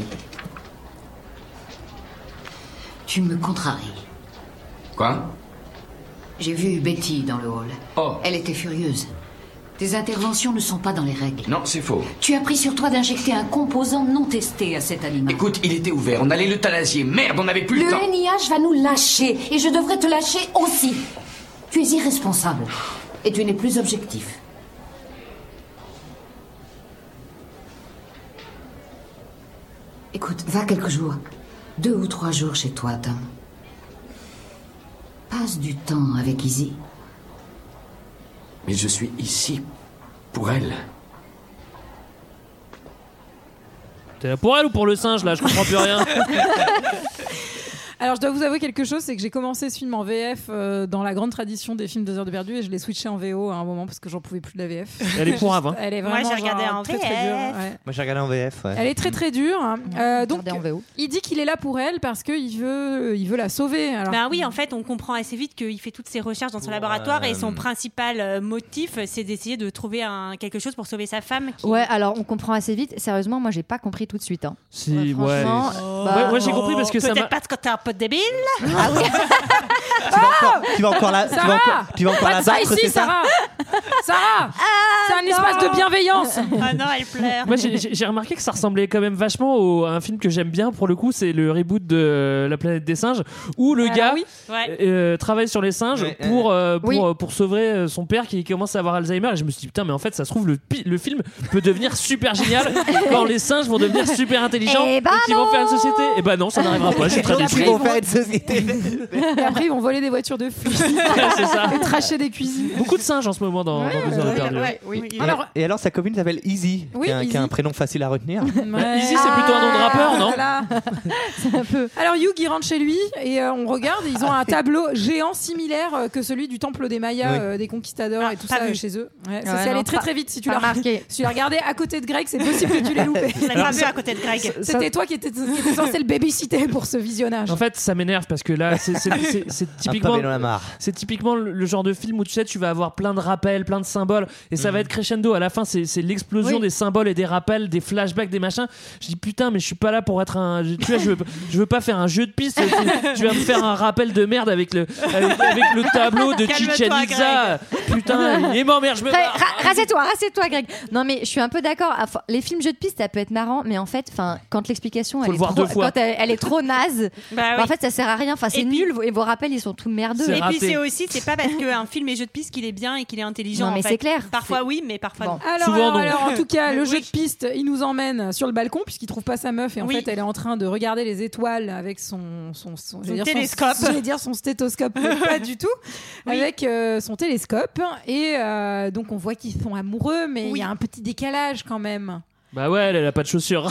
[SPEAKER 11] tu me contraries.
[SPEAKER 2] Quoi?
[SPEAKER 11] J'ai vu Betty dans le hall.
[SPEAKER 2] Oh.
[SPEAKER 11] Elle était furieuse. Tes interventions ne sont pas dans les règles.
[SPEAKER 2] Non, c'est faux.
[SPEAKER 11] Tu as pris sur toi d'injecter un composant non testé à cet animal.
[SPEAKER 2] Écoute, il était ouvert, on allait l'euthanasier. Merde, on n'avait plus le
[SPEAKER 11] Le
[SPEAKER 2] temps.
[SPEAKER 11] NIH va nous lâcher, et je devrais te lâcher aussi. Tu es irresponsable, et tu n'es plus objectif. Écoute, va quelques jours. 2 ou 3 jours chez toi, Tom. Passe du temps avec Izzy.
[SPEAKER 2] Mais je suis ici pour elle.
[SPEAKER 5] T'es là pour elle ou pour le singe là? Je comprends plus rien.
[SPEAKER 1] Alors, je dois vous avouer quelque chose, c'est que j'ai commencé ce film en VF dans la grande tradition des films 2 heures de perdu et je l'ai switché en VO à un moment parce que j'en pouvais plus de la VF.
[SPEAKER 5] Elle est pourrave. Hein.
[SPEAKER 1] Elle est vraiment
[SPEAKER 7] Moi, j'ai regardé
[SPEAKER 1] genre,
[SPEAKER 7] en
[SPEAKER 1] très,
[SPEAKER 7] VF.
[SPEAKER 1] très dure. Ouais.
[SPEAKER 6] Moi j'ai regardé en VF. Ouais.
[SPEAKER 1] Elle est très très dure. Donc,
[SPEAKER 10] Regardez en VO.
[SPEAKER 1] il dit qu'il est là pour elle parce qu'il veut la sauver. Alors,
[SPEAKER 7] Ben oui, en fait, on comprend assez vite qu'il fait toutes ses recherches dans son laboratoire et son principal motif, c'est d'essayer de trouver quelque chose pour sauver sa femme.
[SPEAKER 10] Ouais, alors on comprend assez vite. Sérieusement, moi j'ai pas compris tout de suite. Hein.
[SPEAKER 5] Si,
[SPEAKER 10] Franchement,
[SPEAKER 5] Ouais, moi j'ai compris parce que ça m'a.
[SPEAKER 7] Peut-être pas parce que t'es un peu débile.
[SPEAKER 10] Ah oui.
[SPEAKER 6] Tu vas encore la
[SPEAKER 1] pas de ça
[SPEAKER 6] battre,
[SPEAKER 1] ici,
[SPEAKER 6] c'est ça?
[SPEAKER 1] Sarah. Sarah, c'est un espace de bienveillance.
[SPEAKER 7] Ah non, elle pleure.
[SPEAKER 5] Moi j'ai remarqué que ça ressemblait quand même vachement à un film que j'aime bien pour le coup, c'est le reboot de La planète des singes où le gars travaille sur les singes pour sauver son père qui commence à avoir Alzheimer et je me suis dit putain mais en fait ça se trouve le film peut devenir super génial quand les singes vont devenir super intelligents et qu'ils vont faire une société. Et bah non, ça n'arrivera pas, je suis très déçu.
[SPEAKER 6] Ils vont faire une société.
[SPEAKER 1] Et après, ils vont voler des voitures de flics.
[SPEAKER 5] C'est ça.
[SPEAKER 1] Et tracher des cuisines.
[SPEAKER 5] Beaucoup de singes en ce moment dans 2 heures de perdu.
[SPEAKER 6] Et alors sa copine s'appelle Izzy,
[SPEAKER 1] Oui,
[SPEAKER 6] qui a
[SPEAKER 1] Izzy.
[SPEAKER 6] un prénom facile à retenir.
[SPEAKER 5] Izzy c'est plutôt un nom de rappeur, non?
[SPEAKER 1] Voilà.
[SPEAKER 10] C'est un peu.
[SPEAKER 1] Alors Hugh il rentre chez lui et on regarde, ils ont un tableau géant similaire que celui du temple des Mayas, des conquistadors et tout ça chez eux. Ouais, ça s'est allé très très vite. Si tu l'as regardé à côté de Greg, c'est possible que tu l'aies loupé.
[SPEAKER 7] Je l'ai pas vu à côté de Greg.
[SPEAKER 1] C'était toi qui étais censé le babysitter pour ce visionnage.
[SPEAKER 5] En fait, ça m'énerve parce que là, c'est typiquement, c'est typiquement le genre de film où tu sais, tu vas avoir plein de rappels, plein de symboles, et ça va être crescendo. À la fin, c'est l'explosion des symboles et des rappels, des flashbacks, des machins. Je dis putain, mais je suis pas là pour être un. Tu vois, je veux pas faire un jeu de piste. Tu vas me faire un rappel de merde avec le tableau de Chichen Itza. Putain, il est mort, merde, je me barre.
[SPEAKER 10] Rassez-toi, Greg. Non, mais je suis un peu d'accord. Les films jeux de piste, ça peut être marrant, mais en fait, quand l'explication elle est trop naze, en fait, ça sert à rien. Enfin, c'est nul et vos rappels, ils sont tout merdeux.
[SPEAKER 7] Et puis c'est pas parce qu'un film est jeu de piste qu'il est bien et qu'il est intelligent.
[SPEAKER 10] Non, mais c'est clair.
[SPEAKER 7] Parfois oui, mais parfois non.
[SPEAKER 1] Alors, en tout cas, le jeu de piste, il nous emmène sur le balcon puisqu'il trouve pas sa meuf et en fait, elle est en train de regarder les étoiles avec son
[SPEAKER 7] télescope.
[SPEAKER 1] J'allais dire son stéthoscope, mais pas du tout. Avec son télescope et donc on voit qu'ils sont amoureux, mais il y a un petit décalage quand même.
[SPEAKER 5] Bah ouais, elle a pas de chaussures.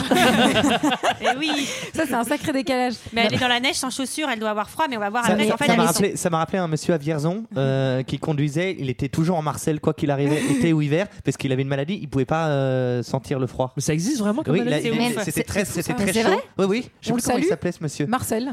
[SPEAKER 7] Et oui.
[SPEAKER 1] Ça, c'est un sacré décalage.
[SPEAKER 7] Mais elle est dans la neige sans chaussures, elle doit avoir froid, mais on va voir après. En fait,
[SPEAKER 6] ça m'a rappelé un monsieur à Vierzon qui conduisait. Il était toujours en Marcel, quoi qu'il arrivait, été ou hiver, parce qu'il avait une maladie. Il pouvait pas sentir le froid.
[SPEAKER 5] Mais ça existe vraiment comme maladie.
[SPEAKER 6] C'était très chaud.
[SPEAKER 1] Vrai
[SPEAKER 6] Oui. Je sais plus comment il s'appelait ce monsieur.
[SPEAKER 1] Marcel.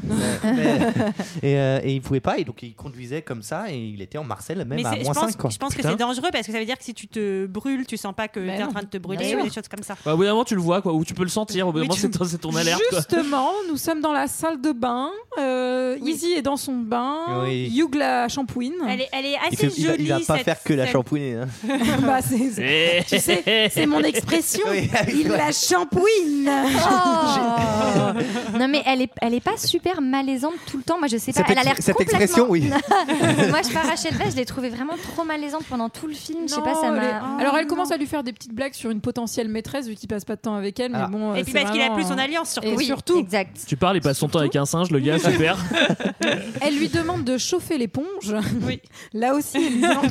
[SPEAKER 6] Et il pouvait pas, et donc il conduisait comme ça, et il était en Marcel même à moins 5.
[SPEAKER 7] Je pense que c'est dangereux parce que ça veut dire que si tu te brûles, tu sens pas que t'es en train de te brûler ou des choses comme ça.
[SPEAKER 5] Au bout d'un moment, tu le vois, quoi, ou tu peux le sentir. Au bout d'un moment, c'est ton alerte.
[SPEAKER 1] Justement, nous sommes dans la salle de bain. Izzy est dans son bain. Hugh la shampouine.
[SPEAKER 7] Elle est assez jolie.
[SPEAKER 6] Il va pas faire que la shampouiner.
[SPEAKER 1] Bah, tu sais, c'est mon expression. Il la shampouine.
[SPEAKER 10] Non, mais elle est pas super malaisante tout le temps. Moi, je sais pas. Elle a l'air
[SPEAKER 6] cette
[SPEAKER 10] complètement.
[SPEAKER 6] Expression, oui.
[SPEAKER 10] Moi, je pars Rachel Weisz, je l'ai trouvée vraiment trop malaisante pendant tout le film. Je sais pas, ça m'a.
[SPEAKER 1] Alors, elle commence à lui faire des petites blagues sur une potentielle maîtresse vu qu'il passe pas de temps avec elle. Mais bon,
[SPEAKER 7] et puis parce qu'il a plus son alliance, surtout.
[SPEAKER 1] Et surtout.
[SPEAKER 10] Exact.
[SPEAKER 5] Tu parles, il passe son temps avec un singe, le gars, super.
[SPEAKER 1] Elle lui demande de chauffer l'éponge. Oui. Là aussi, elle lui demande.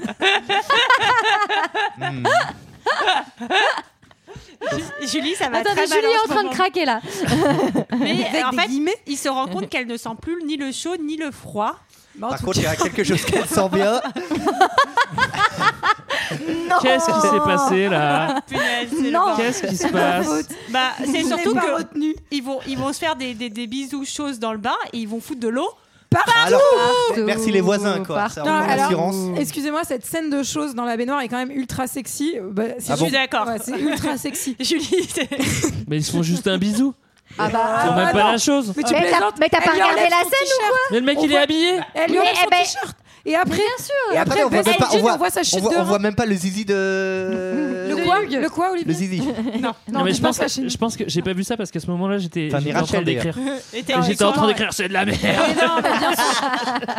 [SPEAKER 7] Julie, ça va
[SPEAKER 10] Attendez,
[SPEAKER 7] très mal.
[SPEAKER 10] Julie est en train de craquer là.
[SPEAKER 7] Mais en fait, il se rend compte qu'elle ne sent plus ni le chaud ni le froid.
[SPEAKER 6] Par contre, il y a quelque chose qu'elle sent bien.
[SPEAKER 5] Qu'est-ce qui s'est passé là?
[SPEAKER 7] Punaise, c'est
[SPEAKER 10] Non.
[SPEAKER 7] le
[SPEAKER 5] Qu'est-ce qui se passe?
[SPEAKER 7] Bah, c'est
[SPEAKER 1] Je
[SPEAKER 7] surtout
[SPEAKER 1] l'ai pas
[SPEAKER 7] que
[SPEAKER 1] retenu.
[SPEAKER 7] ils vont se faire des bisous choses dans le bain et ils vont foutre de l'eau.
[SPEAKER 6] Alors, merci les voisins, quoi. Ça
[SPEAKER 1] Non,
[SPEAKER 6] remonte
[SPEAKER 1] alors,
[SPEAKER 6] l'assurance.
[SPEAKER 1] excusez-moi, cette scène de choses dans la baignoire est quand même ultra sexy.
[SPEAKER 7] Je suis d'accord.
[SPEAKER 1] Ouais, c'est ultra sexy.
[SPEAKER 7] Julie,
[SPEAKER 5] Mais ils se font juste un bisou.
[SPEAKER 10] Ah bah.
[SPEAKER 5] Ils font même pas
[SPEAKER 1] non.
[SPEAKER 5] la chose.
[SPEAKER 1] Mais tu
[SPEAKER 10] Mais
[SPEAKER 1] plaisantes.
[SPEAKER 10] t'as pas
[SPEAKER 1] Elle lui
[SPEAKER 10] regardé
[SPEAKER 1] enlève
[SPEAKER 10] la
[SPEAKER 1] son
[SPEAKER 10] scène
[SPEAKER 1] t-shirt.
[SPEAKER 5] Mais le mec,
[SPEAKER 1] On
[SPEAKER 5] il est
[SPEAKER 1] voit-
[SPEAKER 5] habillé.
[SPEAKER 1] Elle lui
[SPEAKER 10] Mais,
[SPEAKER 1] enlève son
[SPEAKER 10] ben,
[SPEAKER 1] t-shirt. Et après,
[SPEAKER 10] Bien sûr.
[SPEAKER 6] Et après, on voit
[SPEAKER 1] baisse
[SPEAKER 6] même pas,
[SPEAKER 1] les jeans, on voit sa chute de
[SPEAKER 6] on
[SPEAKER 1] rein.
[SPEAKER 6] voit même pas le zizi de.
[SPEAKER 1] Le quoi, Olivier?
[SPEAKER 6] Le zizi.
[SPEAKER 5] Non, mais
[SPEAKER 1] dis pas ça chez nous.
[SPEAKER 5] je pense que j'ai pas vu ça parce qu'à ce moment-là, j'étais
[SPEAKER 6] Enfin, ni
[SPEAKER 5] en train
[SPEAKER 6] Rachel,
[SPEAKER 5] d'écrire.
[SPEAKER 7] et
[SPEAKER 5] Et j'étais en train d'écrire, c'est de la merde.
[SPEAKER 1] Mais non, mais bien sûr.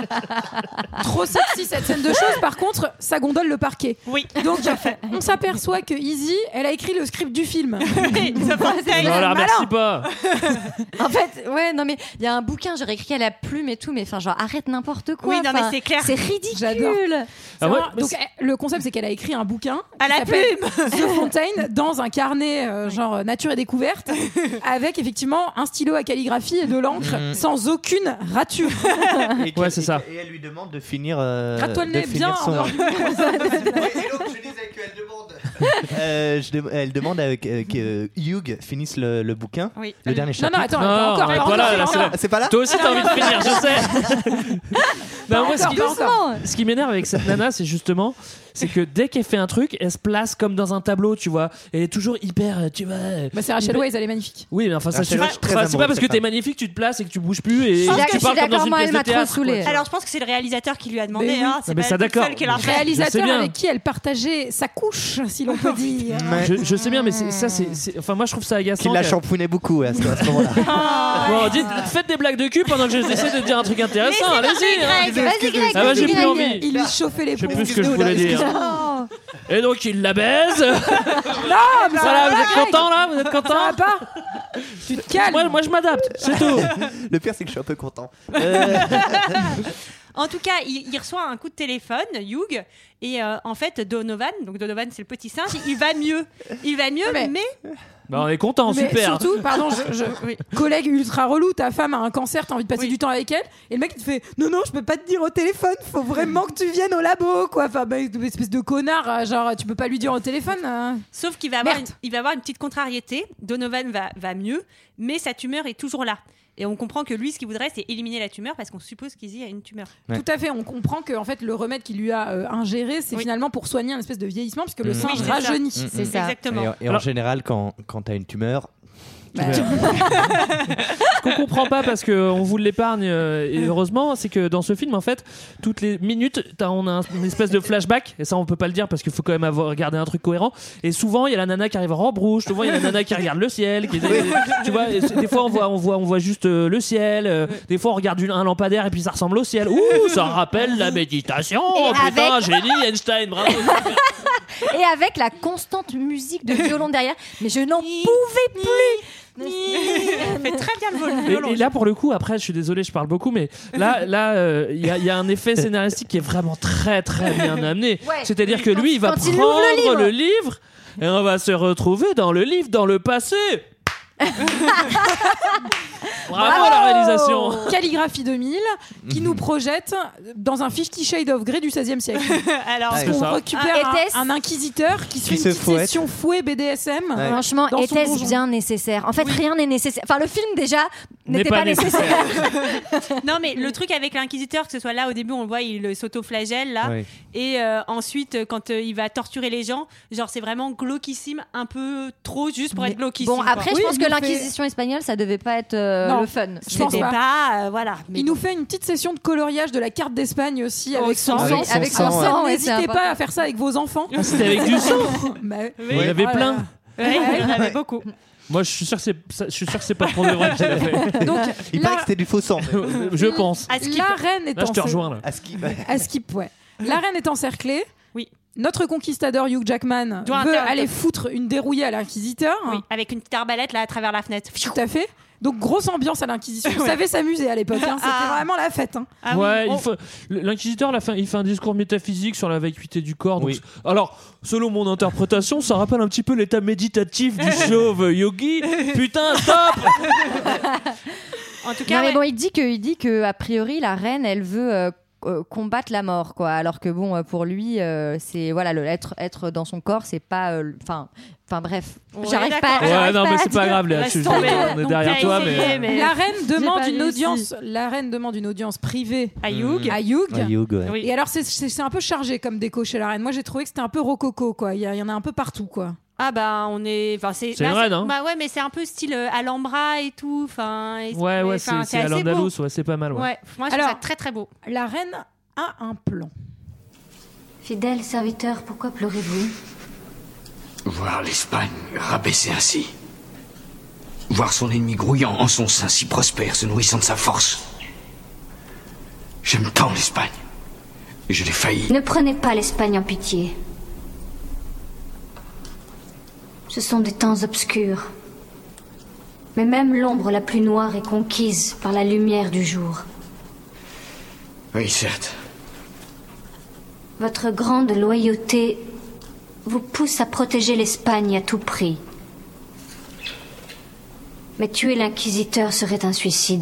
[SPEAKER 1] Trop sexy cette scène de choses. Par contre, ça gondole le parquet.
[SPEAKER 7] Oui.
[SPEAKER 1] Donc, on s'aperçoit que Izzy, elle a écrit le script du film.
[SPEAKER 7] Ça pensait à
[SPEAKER 5] Non,
[SPEAKER 7] une-
[SPEAKER 5] la remercie pas.
[SPEAKER 10] En fait, ouais, non mais il y a un bouquin, j'aurais écrit à la plume et tout, mais enfin genre arrête n'importe quoi.
[SPEAKER 7] Oui, non, mais
[SPEAKER 10] enfin,
[SPEAKER 7] c'est clair.
[SPEAKER 10] C'est ridicule.
[SPEAKER 1] J'adore.
[SPEAKER 5] Ah ouais,
[SPEAKER 1] Donc, le concept, c'est qu'elle a écrit un bouquin
[SPEAKER 7] À
[SPEAKER 1] qui
[SPEAKER 7] la
[SPEAKER 1] s'appelle
[SPEAKER 7] plume.
[SPEAKER 1] The Fontaine dans un carnet genre nature et découverte avec effectivement un stylo à calligraphie et de l'encre sans aucune rature.
[SPEAKER 5] Ouais, c'est ça.
[SPEAKER 6] Et elle lui demande de finir.
[SPEAKER 1] Gratte-toi le
[SPEAKER 6] de
[SPEAKER 1] nez bien.
[SPEAKER 6] finir son-
[SPEAKER 1] en dehors.
[SPEAKER 6] Et donc, je disais qu'elle demande. Elle demande que Hugh finisse le bouquin,
[SPEAKER 7] Oui.
[SPEAKER 6] le dernier
[SPEAKER 1] Non, non,
[SPEAKER 6] chapitre.
[SPEAKER 1] attends,
[SPEAKER 5] Non,
[SPEAKER 1] pas encore.
[SPEAKER 5] mais
[SPEAKER 1] pas
[SPEAKER 5] voilà,
[SPEAKER 1] encore,
[SPEAKER 5] là,
[SPEAKER 1] pas
[SPEAKER 5] c'est
[SPEAKER 1] encore.
[SPEAKER 6] Ah, c'est pas là.
[SPEAKER 5] Toi aussi, t'as envie de finir, je sais. Non, moi,
[SPEAKER 1] Pas encore.
[SPEAKER 5] ce qui m'énerve avec cette nana, c'est justement, c'est que dès qu'elle fait un truc, elle se place comme dans un tableau, tu vois. Elle est toujours hyper, tu vois.
[SPEAKER 1] Bah, c'est Rachel
[SPEAKER 5] hyper-
[SPEAKER 1] Weisz, elle est magnifique.
[SPEAKER 5] Oui, mais enfin, ça
[SPEAKER 6] Rachel
[SPEAKER 5] suffit.
[SPEAKER 6] Weisz, très
[SPEAKER 5] Enfin, c'est
[SPEAKER 6] amoureuse
[SPEAKER 5] pas parce
[SPEAKER 6] de
[SPEAKER 5] que
[SPEAKER 6] cette
[SPEAKER 5] t'es
[SPEAKER 6] femme.
[SPEAKER 5] magnifique, tu te places et que tu bouges plus et
[SPEAKER 10] Je suis
[SPEAKER 5] tu parles comme dans
[SPEAKER 10] d'accord,
[SPEAKER 5] une
[SPEAKER 10] moi,
[SPEAKER 5] pièce
[SPEAKER 10] elle
[SPEAKER 5] de
[SPEAKER 10] m'a trop
[SPEAKER 5] théâtre.
[SPEAKER 10] saoulée.
[SPEAKER 5] quoi.
[SPEAKER 7] Alors je pense que c'est le réalisateur qui lui a demandé.
[SPEAKER 1] Mais oui.
[SPEAKER 7] Hein, c'est
[SPEAKER 5] Mais
[SPEAKER 7] pas
[SPEAKER 5] ça,
[SPEAKER 7] toute
[SPEAKER 5] d'accord.
[SPEAKER 7] seule qui l'a fait.
[SPEAKER 1] Réalisateur
[SPEAKER 5] bien.
[SPEAKER 1] avec qui elle partageait sa couche, si l'on peut dire.
[SPEAKER 5] Je sais bien, mais enfin, moi, je trouve ça agaçant.
[SPEAKER 6] Qu'il la
[SPEAKER 5] que-
[SPEAKER 6] champounait beaucoup à ce moment-là.
[SPEAKER 5] Bon, faites des blagues de cul pendant que j'essaie de dire un truc intéressant. Allez-y. hein.
[SPEAKER 10] Vas-y Greg,
[SPEAKER 5] Ah ouais, j'ai
[SPEAKER 10] vas-y,
[SPEAKER 5] plus
[SPEAKER 10] Greg.
[SPEAKER 5] envie.
[SPEAKER 1] Il lui chauffait les
[SPEAKER 5] Je sais
[SPEAKER 1] pompes.
[SPEAKER 5] plus ce que je voulais dire.
[SPEAKER 10] Oh.
[SPEAKER 5] Et donc, il la baise.
[SPEAKER 1] Non, mais ça
[SPEAKER 5] Voilà,
[SPEAKER 1] va
[SPEAKER 5] vous
[SPEAKER 1] pas,
[SPEAKER 5] êtes
[SPEAKER 1] Greg.
[SPEAKER 5] content là? Vous êtes
[SPEAKER 1] Ça va
[SPEAKER 5] content?
[SPEAKER 1] pas. Tu te calmes.
[SPEAKER 5] Moi, je m'adapte, c'est tout.
[SPEAKER 6] Le pire, c'est que je suis un peu content.
[SPEAKER 7] En tout cas, il reçoit un coup de téléphone, Hugh, et en fait, Donovan, donc Donovan c'est le petit singe, il va mieux. Il va mieux,
[SPEAKER 1] Mais-
[SPEAKER 7] mais
[SPEAKER 5] Bah, on est content,
[SPEAKER 1] Mais
[SPEAKER 5] super.
[SPEAKER 1] surtout, pardon, collègue ultra relou, ta femme a un cancer, t'as envie de passer
[SPEAKER 7] Oui.
[SPEAKER 1] du temps avec elle, et le mec il te fait non, je peux pas te dire au téléphone, faut vraiment que tu viennes au labo, quoi. Enfin, bah, espèce de connard, genre tu peux pas lui dire au téléphone.
[SPEAKER 7] sauf qu'il va avoir,
[SPEAKER 1] Merde.
[SPEAKER 7] il va avoir une petite contrariété. Donovan va mieux, mais sa tumeur est toujours là. Et on comprend que lui, ce qu'il voudrait, c'est éliminer la tumeur parce qu'on suppose qu'Izzy a une tumeur.
[SPEAKER 6] Ouais.
[SPEAKER 1] Tout à fait, on comprend que en fait le remède qu'il lui a ingéré, c'est
[SPEAKER 7] Oui.
[SPEAKER 1] finalement pour soigner un espèce de vieillissement, puisque le
[SPEAKER 6] Oui,
[SPEAKER 1] singe
[SPEAKER 7] c'est ça.
[SPEAKER 1] rajeunit.
[SPEAKER 10] C'est ça.
[SPEAKER 7] Exactement.
[SPEAKER 6] Et en
[SPEAKER 5] Alors-
[SPEAKER 6] général, quand t'as une tumeur.
[SPEAKER 5] Ce qu'on comprend pas parce qu'on vous l'épargne et heureusement, c'est que dans ce film, en fait, toutes les minutes, on a une espèce de flashback et ça on peut pas le dire parce qu'il faut quand même regarder un truc cohérent. Et souvent il y a la nana qui arrive en robe rouge, souvent il y a la nana qui regarde le ciel, tu vois. Et des fois on voit juste le ciel. Des fois on regarde un lampadaire et puis ça ressemble au ciel. Ouh, ça rappelle la méditation.
[SPEAKER 10] Et
[SPEAKER 5] Putain,
[SPEAKER 10] avec-
[SPEAKER 5] génie, Einstein, bravo.
[SPEAKER 10] Et avec la constante musique de violon derrière, mais je n'en pouvais plus.
[SPEAKER 7] Fait très bien le violon.
[SPEAKER 5] Et là pour le coup, après je suis désolé, je parle beaucoup, mais là il y a un effet scénaristique qui est vraiment très très bien amené.
[SPEAKER 10] Ouais.
[SPEAKER 5] C'est-à-dire que lui il va
[SPEAKER 10] Quand il
[SPEAKER 5] prendre
[SPEAKER 10] ouvre le
[SPEAKER 5] le livre et on va se retrouver dans le livre dans le passé. Bravo la réalisation.
[SPEAKER 1] Calligraphie 2000, qui nous projette dans un 50 Shades of Grey du 16e siècle.
[SPEAKER 7] Alors,
[SPEAKER 6] Ah,
[SPEAKER 5] c'est
[SPEAKER 1] On
[SPEAKER 5] ça.
[SPEAKER 1] récupère
[SPEAKER 10] Était-ce-
[SPEAKER 1] un inquisiteur qui se
[SPEAKER 6] Qui
[SPEAKER 1] fait une
[SPEAKER 6] se
[SPEAKER 1] petite
[SPEAKER 6] fouette.
[SPEAKER 1] session fouet BDSM.
[SPEAKER 6] Ouais.
[SPEAKER 10] Franchement,
[SPEAKER 1] Dans son
[SPEAKER 10] était-ce
[SPEAKER 1] donjon.
[SPEAKER 10] bien nécessaire? En fait, rien n'est nécessaire. Enfin, le film déjà
[SPEAKER 5] N'est
[SPEAKER 10] n'était
[SPEAKER 5] pas
[SPEAKER 10] pas nécessaire.
[SPEAKER 7] non, mais le truc avec l'inquisiteur, que ce soit là au début, on le voit, il s'auto-flagelle là.
[SPEAKER 6] Ouais.
[SPEAKER 7] Et ensuite, quand il va torturer les gens, genre c'est vraiment glauquissime, un peu trop juste pour être glauquissime.
[SPEAKER 10] Bon, après,
[SPEAKER 1] Oui,
[SPEAKER 10] je pense
[SPEAKER 1] il
[SPEAKER 10] que
[SPEAKER 1] nous fait-
[SPEAKER 10] l'inquisition espagnole, ça devait pas être
[SPEAKER 1] Non,
[SPEAKER 10] le fun.
[SPEAKER 1] je pense
[SPEAKER 7] c'était
[SPEAKER 1] pas.
[SPEAKER 7] pas, voilà. Mais
[SPEAKER 1] Il nous fait une petite session de coloriage de la carte d'Espagne aussi
[SPEAKER 7] Au
[SPEAKER 1] avec son
[SPEAKER 7] sang.
[SPEAKER 1] sang.
[SPEAKER 6] Avec son sang,
[SPEAKER 10] ouais, c'est
[SPEAKER 1] N'hésitez pas
[SPEAKER 10] important.
[SPEAKER 1] à faire ça avec vos enfants.
[SPEAKER 5] Ah, c'était avec du sang.
[SPEAKER 1] Bah,
[SPEAKER 5] Il y en avait
[SPEAKER 1] voilà.
[SPEAKER 5] plein.
[SPEAKER 7] Ouais, il y en avait beaucoup.
[SPEAKER 5] Moi je suis sûr que c'est pas pour de vrai qu'il l'a fait.
[SPEAKER 1] Donc,
[SPEAKER 6] Il paraît que c'était du faux sang.
[SPEAKER 5] Je pense.
[SPEAKER 7] À Skip.
[SPEAKER 1] la reine est
[SPEAKER 5] Là je te rejoins là.
[SPEAKER 6] À ce qui-
[SPEAKER 1] À Skip, ouais. La reine est encerclée.
[SPEAKER 7] Oui.
[SPEAKER 1] Notre conquistador Hugh Jackman
[SPEAKER 7] Doit
[SPEAKER 1] veut
[SPEAKER 7] interrompre.
[SPEAKER 1] aller foutre une dérouillée à l'inquisiteur.
[SPEAKER 7] Oui, avec une petite arbalète là à travers la fenêtre.
[SPEAKER 1] Tout à fait. Donc grosse ambiance à l'inquisition. Vous savez s'amuser à l'époque. Hein. C'était
[SPEAKER 7] Ah.
[SPEAKER 1] vraiment la fête. Hein.
[SPEAKER 7] Ah oui.
[SPEAKER 5] Ouais,
[SPEAKER 7] On-
[SPEAKER 5] l'inquisiteur, à la fin, il fait un discours métaphysique sur la vacuité du corps. Donc,
[SPEAKER 6] Oui.
[SPEAKER 5] alors, selon mon interprétation, ça rappelle un petit peu l'état méditatif du chauve yogi. Putain, stop.
[SPEAKER 7] En tout cas,
[SPEAKER 10] Non, mais
[SPEAKER 7] ouais.
[SPEAKER 10] bon, il dit que a priori la reine, elle veut combattre la mort, quoi. Alors que bon, pour lui, c'est voilà, être dans son corps, c'est pas, enfin bref,
[SPEAKER 7] Ouais,
[SPEAKER 10] j'arrive
[SPEAKER 7] d'accord.
[SPEAKER 10] pas.
[SPEAKER 5] Ouais,
[SPEAKER 10] j'arrive
[SPEAKER 5] non,
[SPEAKER 10] pas
[SPEAKER 5] mais
[SPEAKER 10] à
[SPEAKER 5] c'est pas
[SPEAKER 10] dire.
[SPEAKER 5] grave, Léa,
[SPEAKER 7] Laisse
[SPEAKER 5] on
[SPEAKER 7] tomber.
[SPEAKER 5] est
[SPEAKER 7] Donc,
[SPEAKER 5] derrière
[SPEAKER 7] t'as
[SPEAKER 5] toi,
[SPEAKER 7] essayé,
[SPEAKER 5] mais.
[SPEAKER 7] mais-
[SPEAKER 1] La reine demande
[SPEAKER 10] pas
[SPEAKER 1] une
[SPEAKER 10] réussi.
[SPEAKER 1] audience. La reine demande une audience privée
[SPEAKER 7] À Hugh.
[SPEAKER 1] à Hugh.
[SPEAKER 6] Hugh, ouais.
[SPEAKER 7] Oui.
[SPEAKER 1] Et alors c'est un peu chargé comme déco chez la reine. Moi j'ai trouvé que c'était un peu rococo quoi. Il y en a un peu partout quoi.
[SPEAKER 7] Ah bah on est, enfin
[SPEAKER 5] C'est
[SPEAKER 7] là,
[SPEAKER 5] une reine, hein.
[SPEAKER 7] Bah ouais, mais c'est un peu style Alhambra et tout, enfin.
[SPEAKER 5] Ouais,
[SPEAKER 7] c'est
[SPEAKER 5] c'est à
[SPEAKER 7] assez beau.
[SPEAKER 5] l'Andalous, ouais, c'est pas mal. Ouais.
[SPEAKER 7] Ouais, moi je trouve
[SPEAKER 1] Alors-
[SPEAKER 7] ça très très beau.
[SPEAKER 1] La reine a un plan.
[SPEAKER 9] Fidèle serviteur, pourquoi pleurez-vous?
[SPEAKER 2] Voir l'Espagne rabaissée ainsi. Voir son ennemi grouillant en son sein si prospère, se nourrissant de sa force. J'aime tant l'Espagne. Et je l'ai failli.
[SPEAKER 9] Ne prenez pas l'Espagne en pitié. Ce sont des temps obscurs. Mais même l'ombre la plus noire est conquise par la lumière du jour.
[SPEAKER 2] Oui, certes.
[SPEAKER 9] Votre grande loyauté vous pousse à protéger l'Espagne à tout prix. Mais tuer l'inquisiteur serait un suicide.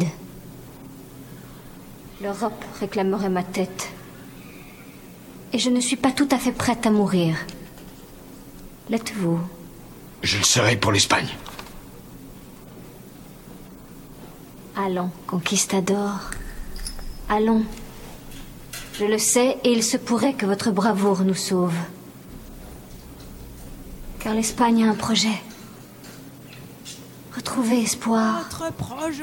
[SPEAKER 9] L'Europe réclamerait ma tête. Et je ne suis pas tout à fait prête à mourir. L'êtes-vous?
[SPEAKER 2] Je le serai pour l'Espagne.
[SPEAKER 9] Allons, conquistador. Allons. Je le sais, et il se pourrait que votre bravoure nous sauve. Car l'Espagne a un projet. Retrouvez espoir.
[SPEAKER 1] Notre projet.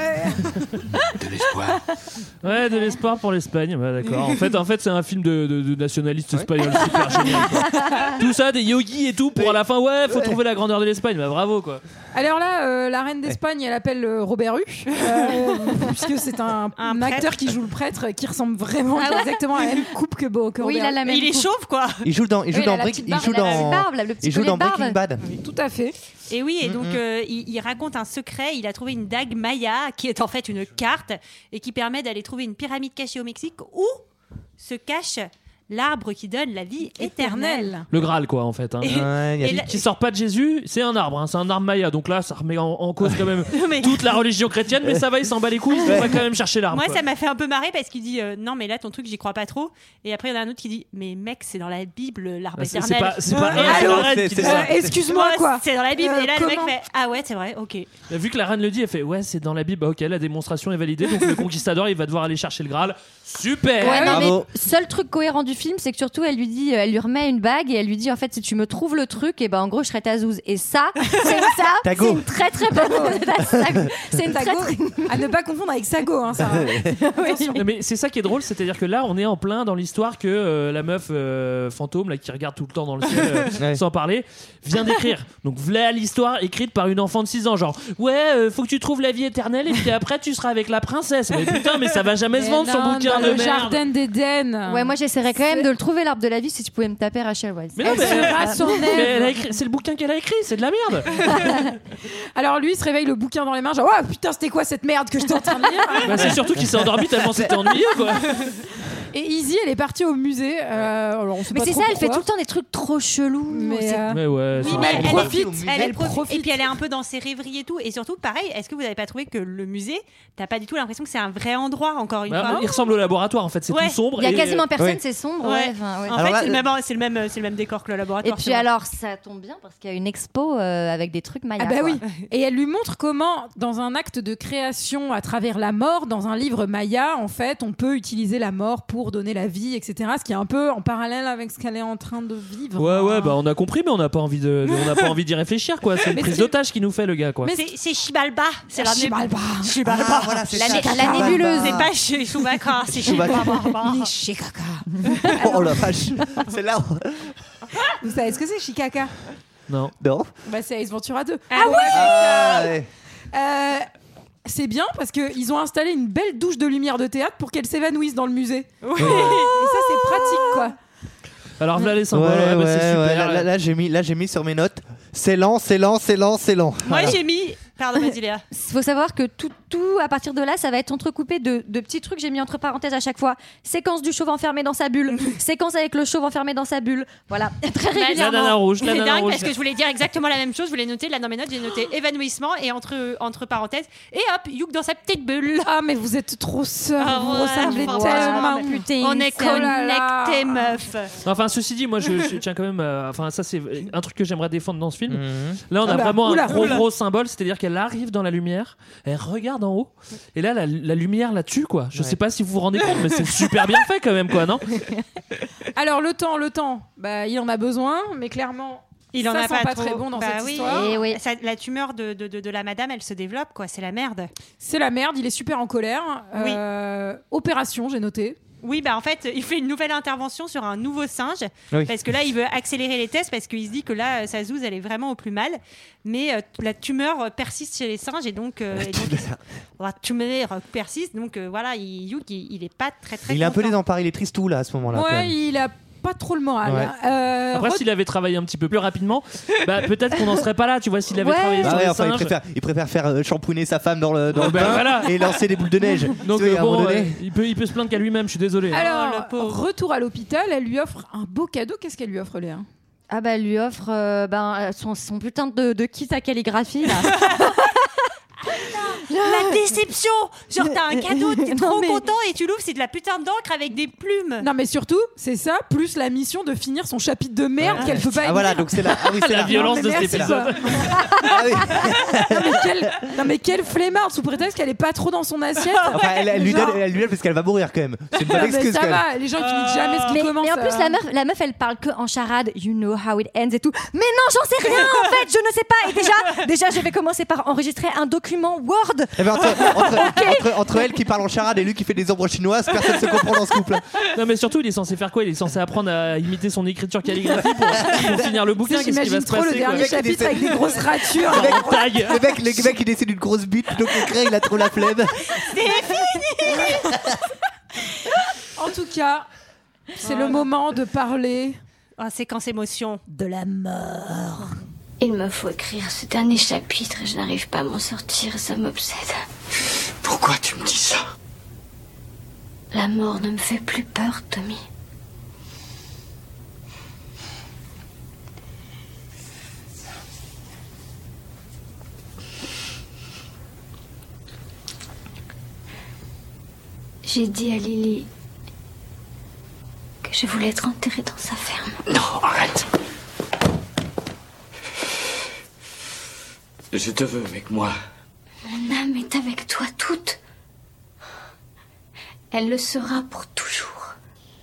[SPEAKER 2] De l'espoir.
[SPEAKER 5] Ouais, de l'espoir pour l'Espagne. Ouais, d'accord. En fait, c'est un film de nationaliste espagnol super génial. Quoi. Tout ça, des yogis et tout pour à la fin. Ouais, faut trouver la grandeur de l'Espagne. Bah bravo quoi.
[SPEAKER 1] Alors là, la reine d'Espagne, elle appelle Robert Hue, puisque c'est un
[SPEAKER 7] prêtre.
[SPEAKER 1] acteur qui joue le prêtre, qui ressemble vraiment
[SPEAKER 7] Ah ouais
[SPEAKER 1] exactement à la même coupe que Robert
[SPEAKER 10] Oui, il a
[SPEAKER 1] Hue.
[SPEAKER 10] la même
[SPEAKER 7] Il est
[SPEAKER 10] coupe.
[SPEAKER 7] chauve quoi.
[SPEAKER 6] Il joue dans,
[SPEAKER 10] Oui, il a la petite barbe, il a la petite barbe, le petit
[SPEAKER 6] il joue
[SPEAKER 10] collier
[SPEAKER 6] dans
[SPEAKER 10] de barbe.
[SPEAKER 6] Breaking Bad.
[SPEAKER 1] Tout à fait.
[SPEAKER 7] Et oui, et donc il raconte un secret. Il a trouvé une dague Maya qui est en fait une carte et qui permet d'aller trouver une pyramide cachée au Mexique où se cache l'arbre qui donne la vie éternelle.
[SPEAKER 5] Le Graal quoi en fait. Hein.
[SPEAKER 7] Et-
[SPEAKER 6] Ouais, y a
[SPEAKER 7] et la-
[SPEAKER 5] Qui sort pas de Jésus, c'est un arbre, hein, c'est un arbre maya. Donc là, ça remet en cause quand même
[SPEAKER 7] Mais-
[SPEAKER 5] toute la religion chrétienne, mais ça va, il s'en bat les couilles. On va quand même chercher l'arbre.
[SPEAKER 7] Moi,
[SPEAKER 5] quoi.
[SPEAKER 7] ça m'a fait un peu marrer parce qu'il dit non, mais là, ton truc, j'y crois pas trop. Et après, il y en a un autre qui dit mais mec, c'est dans la Bible, l'arbre
[SPEAKER 5] Ah, c'est
[SPEAKER 7] éternel.
[SPEAKER 5] c'est pas
[SPEAKER 7] Et
[SPEAKER 5] c'est
[SPEAKER 7] alors,
[SPEAKER 5] la reine
[SPEAKER 6] c'est-
[SPEAKER 5] qui dit
[SPEAKER 6] c'est-
[SPEAKER 5] ça.
[SPEAKER 1] Excuse-moi quoi.
[SPEAKER 7] C'est dans la Bible. Et là, le mec
[SPEAKER 1] comment
[SPEAKER 7] fait ah ouais, c'est vrai, ok.
[SPEAKER 5] Vu que la reine le dit, elle fait ouais, c'est dans la Bible. Bah, ok, la démonstration est validée. Donc le conquistador, il va devoir aller chercher le Graal. Super.
[SPEAKER 10] Ouais, non,
[SPEAKER 6] Bravo.
[SPEAKER 10] mais seul truc cohérent du film, c'est que surtout elle lui remet une bague et elle lui dit en fait si tu me trouves le truc, et ben en gros je serai ta zouze. Et ça, c'est
[SPEAKER 6] Tago.
[SPEAKER 10] une très très bonne. C'est une très
[SPEAKER 1] Sago,
[SPEAKER 10] très.
[SPEAKER 1] à ne pas confondre avec Sago. Hein, ça.
[SPEAKER 5] Non, mais c'est ça qui est drôle, c'est-à-dire que là, on est en plein dans l'histoire que la meuf fantôme là, qui regarde tout le temps dans le ciel
[SPEAKER 6] Ouais.
[SPEAKER 5] sans parler vient d'écrire. Donc voilà l'histoire écrite par une enfant de 6 ans, genre faut que tu trouves la vie éternelle et puis après tu seras avec la princesse. Mais putain, mais ça va jamais se vendre son
[SPEAKER 1] non,
[SPEAKER 5] bouquin
[SPEAKER 1] dans
[SPEAKER 5] de
[SPEAKER 1] le
[SPEAKER 5] merde.
[SPEAKER 1] jardin d'Éden.
[SPEAKER 10] Ouais, moi j'essaierais quand même de le trouver l'arbre de la vie si tu pouvais me taper Rachel Weisz.
[SPEAKER 5] Mais non,
[SPEAKER 1] Elle
[SPEAKER 5] mais-
[SPEAKER 1] sera son
[SPEAKER 5] mais
[SPEAKER 1] œuvre.
[SPEAKER 5] elle a écrit- c'est le bouquin qu'elle a écrit, c'est de la merde.
[SPEAKER 1] Alors lui, il se réveille le bouquin dans les mains, genre oh putain, c'était quoi cette merde que j'étais en train de lire.
[SPEAKER 5] Bah, c'est surtout qu'il s'est endormi tellement c'était ennuyeux quoi.
[SPEAKER 1] Et Izzy, elle est partie au musée. Alors on sait
[SPEAKER 10] Mais
[SPEAKER 1] pas
[SPEAKER 10] c'est
[SPEAKER 1] trop
[SPEAKER 10] ça, elle fait tout
[SPEAKER 1] pourquoi.
[SPEAKER 10] le temps des trucs trop chelous.
[SPEAKER 1] Mais,
[SPEAKER 10] C'est-
[SPEAKER 5] Mais ouais,
[SPEAKER 7] Oui,
[SPEAKER 5] c'est
[SPEAKER 7] mais
[SPEAKER 5] un
[SPEAKER 7] elle
[SPEAKER 5] peu-
[SPEAKER 1] profite.
[SPEAKER 7] Elle
[SPEAKER 1] profite.
[SPEAKER 7] profite. Et puis elle est un peu dans ses rêveries et tout. Et surtout, pareil, est-ce que vous n'avez pas trouvé que le musée, t'as pas du tout l'impression que c'est un vrai endroit, encore une
[SPEAKER 5] Bah,
[SPEAKER 7] fois
[SPEAKER 5] il ressemble au laboratoire en fait, c'est
[SPEAKER 7] Ouais.
[SPEAKER 5] tout sombre.
[SPEAKER 10] Il y a
[SPEAKER 5] et-
[SPEAKER 10] quasiment personne,
[SPEAKER 6] ouais.
[SPEAKER 10] c'est sombre.
[SPEAKER 7] Ouais.
[SPEAKER 10] Ouais, enfin, ouais.
[SPEAKER 7] En
[SPEAKER 6] Alors
[SPEAKER 7] fait,
[SPEAKER 6] là,
[SPEAKER 7] c'est le même décor que le
[SPEAKER 10] Et
[SPEAKER 7] laboratoire. c'est
[SPEAKER 10] puis
[SPEAKER 7] vrai.
[SPEAKER 10] alors, ça tombe bien parce qu'il y a une expo avec des trucs mayas.
[SPEAKER 1] Ah bah
[SPEAKER 10] quoi.
[SPEAKER 1] oui. Et elle lui montre comment, dans un acte de création à travers la mort, dans un livre maya, en fait, on peut utiliser la mort pour donner la vie, etc. Ce qui est un peu en parallèle avec ce qu'elle est en train de vivre.
[SPEAKER 5] Ouais, bah on a compris, mais on n'a pas envie on n'a pas envie d'y réfléchir quoi. C'est une
[SPEAKER 1] Mais
[SPEAKER 5] prise
[SPEAKER 1] c'est-
[SPEAKER 5] d'otage qui nous fait le gars quoi.
[SPEAKER 1] Mais
[SPEAKER 7] C'est Chibalba. C'est la
[SPEAKER 1] Chibalba.
[SPEAKER 7] Chibalba.
[SPEAKER 6] Ah, voilà, c'est
[SPEAKER 10] La-
[SPEAKER 6] ça.
[SPEAKER 10] la nébuleuse.
[SPEAKER 7] C'est pas chez Chewbacca, c'est
[SPEAKER 6] Chewbacca.
[SPEAKER 7] Chibalba.
[SPEAKER 1] Il est Chicaca.
[SPEAKER 6] Oh la vache. C'est là.
[SPEAKER 1] Vous savez ce que c'est, Chicaca?
[SPEAKER 5] Non.
[SPEAKER 6] Non.
[SPEAKER 1] Bah, c'est Ace Ventura 2.
[SPEAKER 7] Ah ouais.
[SPEAKER 6] Ah, ouais.
[SPEAKER 1] C'est bien parce qu'ils ont installé une belle douche de lumière de théâtre pour qu'elle s'évanouisse dans le musée.
[SPEAKER 7] Ouais.
[SPEAKER 1] Et ça, c'est pratique, quoi.
[SPEAKER 5] Alors voilà les
[SPEAKER 6] Ouais,
[SPEAKER 5] symboles, ouais, bah, c'est super.
[SPEAKER 6] ouais. Là, j'ai mis sur mes notes. C'est lent, c'est lent, c'est lent, c'est lent.
[SPEAKER 7] Moi,
[SPEAKER 6] Voilà.
[SPEAKER 7] j'ai mis. Pardon, vas-y, Léa.
[SPEAKER 10] Il faut savoir que tout tout, à partir de là, ça va être entrecoupé de petits trucs. J'ai mis entre parenthèses à chaque fois. Séquence du chauve enfermé dans sa bulle. Séquence avec le chauve enfermé dans sa bulle. Voilà, très régulièrement.
[SPEAKER 5] La nana rouge,
[SPEAKER 7] C'est dingue parce que je voulais dire exactement la même chose. Je voulais noter là dans mes notes, j'ai noté évanouissement et entre parenthèses et hop, Hugh dans sa petite bulle.
[SPEAKER 1] Ah mais vous êtes trop sœurs,
[SPEAKER 7] Ah
[SPEAKER 1] vous
[SPEAKER 7] ouais,
[SPEAKER 1] ressemblez
[SPEAKER 7] ouais,
[SPEAKER 1] tellement.
[SPEAKER 7] ouais.
[SPEAKER 10] Putain,
[SPEAKER 7] On est
[SPEAKER 1] oh là là.
[SPEAKER 7] connectés, meuf.
[SPEAKER 5] Enfin, ceci dit, moi, je tiens quand même. Enfin, ça, c'est un truc que j'aimerais défendre dans ce film.
[SPEAKER 6] Mhm.
[SPEAKER 5] Là, on a
[SPEAKER 1] Ah bah,
[SPEAKER 5] vraiment
[SPEAKER 1] oula,
[SPEAKER 5] un gros symbole, c'est-à-dire qu'elle arrive dans la lumière, elle regarde en haut, et là, la lumière la tue, quoi. Je sais pas si vous vous rendez compte, mais c'est super bien fait quand même, quoi, non?
[SPEAKER 1] Alors le temps, bah il en a besoin, mais clairement.
[SPEAKER 7] Il en
[SPEAKER 1] ça
[SPEAKER 7] a
[SPEAKER 1] sent pas
[SPEAKER 7] trop.
[SPEAKER 1] très bon dans
[SPEAKER 7] Bah
[SPEAKER 1] cette
[SPEAKER 7] oui.
[SPEAKER 1] histoire.
[SPEAKER 10] Et oui.
[SPEAKER 7] La tumeur de la madame, elle se développe, quoi. C'est la merde.
[SPEAKER 1] C'est la merde, il est super en colère.
[SPEAKER 7] Oui.
[SPEAKER 1] Opération, j'ai noté.
[SPEAKER 7] Oui, bah en fait, il fait une nouvelle intervention sur un nouveau singe.
[SPEAKER 6] Oui.
[SPEAKER 7] Parce que là, il veut accélérer les tests parce qu'il se dit que là, sa zouze, elle est vraiment au plus mal. Mais la tumeur persiste chez les singes et donc la tumeur persiste. Donc voilà, Hugh, il est pas très
[SPEAKER 6] Il est un peu
[SPEAKER 7] content.
[SPEAKER 6] désemparé, il est tristou là à ce moment-là. quand
[SPEAKER 1] Ouais,
[SPEAKER 6] même.
[SPEAKER 1] il a pas trop le moral.
[SPEAKER 6] Ouais.
[SPEAKER 5] Après, s'il avait travaillé un petit peu plus rapidement, bah, peut-être qu'on n'en serait pas là, tu vois, s'il avait
[SPEAKER 10] Ouais.
[SPEAKER 5] travaillé
[SPEAKER 6] Bah
[SPEAKER 5] sur
[SPEAKER 6] ouais,
[SPEAKER 5] les
[SPEAKER 6] enfin,
[SPEAKER 5] singes.
[SPEAKER 6] il préfère faire shampooiner sa femme dans le
[SPEAKER 5] Ben
[SPEAKER 6] bain
[SPEAKER 5] voilà.
[SPEAKER 6] et lancer des boules de neige.
[SPEAKER 5] Donc,
[SPEAKER 6] Tu vois, à un
[SPEAKER 5] bon,
[SPEAKER 6] moment donné-
[SPEAKER 5] il peut se plaindre qu'à lui-même, je suis désolé.
[SPEAKER 1] Alors,
[SPEAKER 7] le pauvre.
[SPEAKER 1] retour à l'hôpital, elle lui offre un beau cadeau. Qu'est-ce qu'elle lui offre, Léa?
[SPEAKER 10] Ah bah elle lui offre son putain de kit à calligraphie là.
[SPEAKER 7] La déception. Genre, t'as un cadeau, t'es
[SPEAKER 10] Non,
[SPEAKER 7] trop
[SPEAKER 10] mais-
[SPEAKER 7] content et tu l'ouvres, c'est de la putain d'encre avec des plumes.
[SPEAKER 1] Non, mais surtout, c'est ça, plus la mission de finir son chapitre de merde
[SPEAKER 6] Ouais.
[SPEAKER 1] qu'elle peut pas
[SPEAKER 6] Ah voilà,
[SPEAKER 1] écrire.
[SPEAKER 6] donc c'est la, ah oui, c'est
[SPEAKER 5] La violence
[SPEAKER 1] Non,
[SPEAKER 5] de
[SPEAKER 1] mais
[SPEAKER 5] cet
[SPEAKER 1] merci,
[SPEAKER 5] épisode.
[SPEAKER 1] quoi.
[SPEAKER 6] Ah oui.
[SPEAKER 1] Non, mais quelle flemmarde, sous prétexte qu'elle est pas trop dans son assiette.
[SPEAKER 6] Enfin, elle lui
[SPEAKER 1] Genre-
[SPEAKER 6] donne parce qu'elle va mourir quand même. C'est une bonne
[SPEAKER 1] Non, mais
[SPEAKER 6] excuse
[SPEAKER 1] ça
[SPEAKER 6] quand même.
[SPEAKER 1] va, les gens qui disent jamais ce qui
[SPEAKER 10] Mais
[SPEAKER 1] commence.
[SPEAKER 10] en plus la meuf elle parle que en charade, you know how it ends et tout. Mais non, j'en sais rien en fait, je ne sais pas. Et déjà je vais commencer par enregistrer un document Word.
[SPEAKER 6] Eh ben, entre elle qui parle en charade et lui qui fait des ombres chinoises, personne ne se comprend dans ce couple.
[SPEAKER 5] Non, mais surtout, il est censé faire quoi? Il est censé apprendre à imiter son écriture calligraphique pour finir le bouquin. Qu'est-ce qui va
[SPEAKER 1] J'imagine
[SPEAKER 5] se
[SPEAKER 1] trop le
[SPEAKER 5] passer, quoi?
[SPEAKER 1] dernier chapitre avec des grosses ratures.
[SPEAKER 5] En tag.
[SPEAKER 6] Le mec il décide d'une grosse bite, donc l'écran il a trop la flemme.
[SPEAKER 1] En tout cas, c'est le moment de parler
[SPEAKER 7] Oh, séquence émotion.
[SPEAKER 1] de la mort.
[SPEAKER 9] Il me faut écrire ce dernier chapitre et je n'arrive pas à m'en sortir, ça m'obsède.
[SPEAKER 2] Pourquoi tu me dis ça?
[SPEAKER 9] La mort ne me fait plus peur, Tommy. J'ai dit à Lily que je voulais être enterrée dans sa ferme.
[SPEAKER 2] Non, arrête. Je te veux avec moi.
[SPEAKER 9] Mon âme est avec toi toute. Elle le sera pour toujours.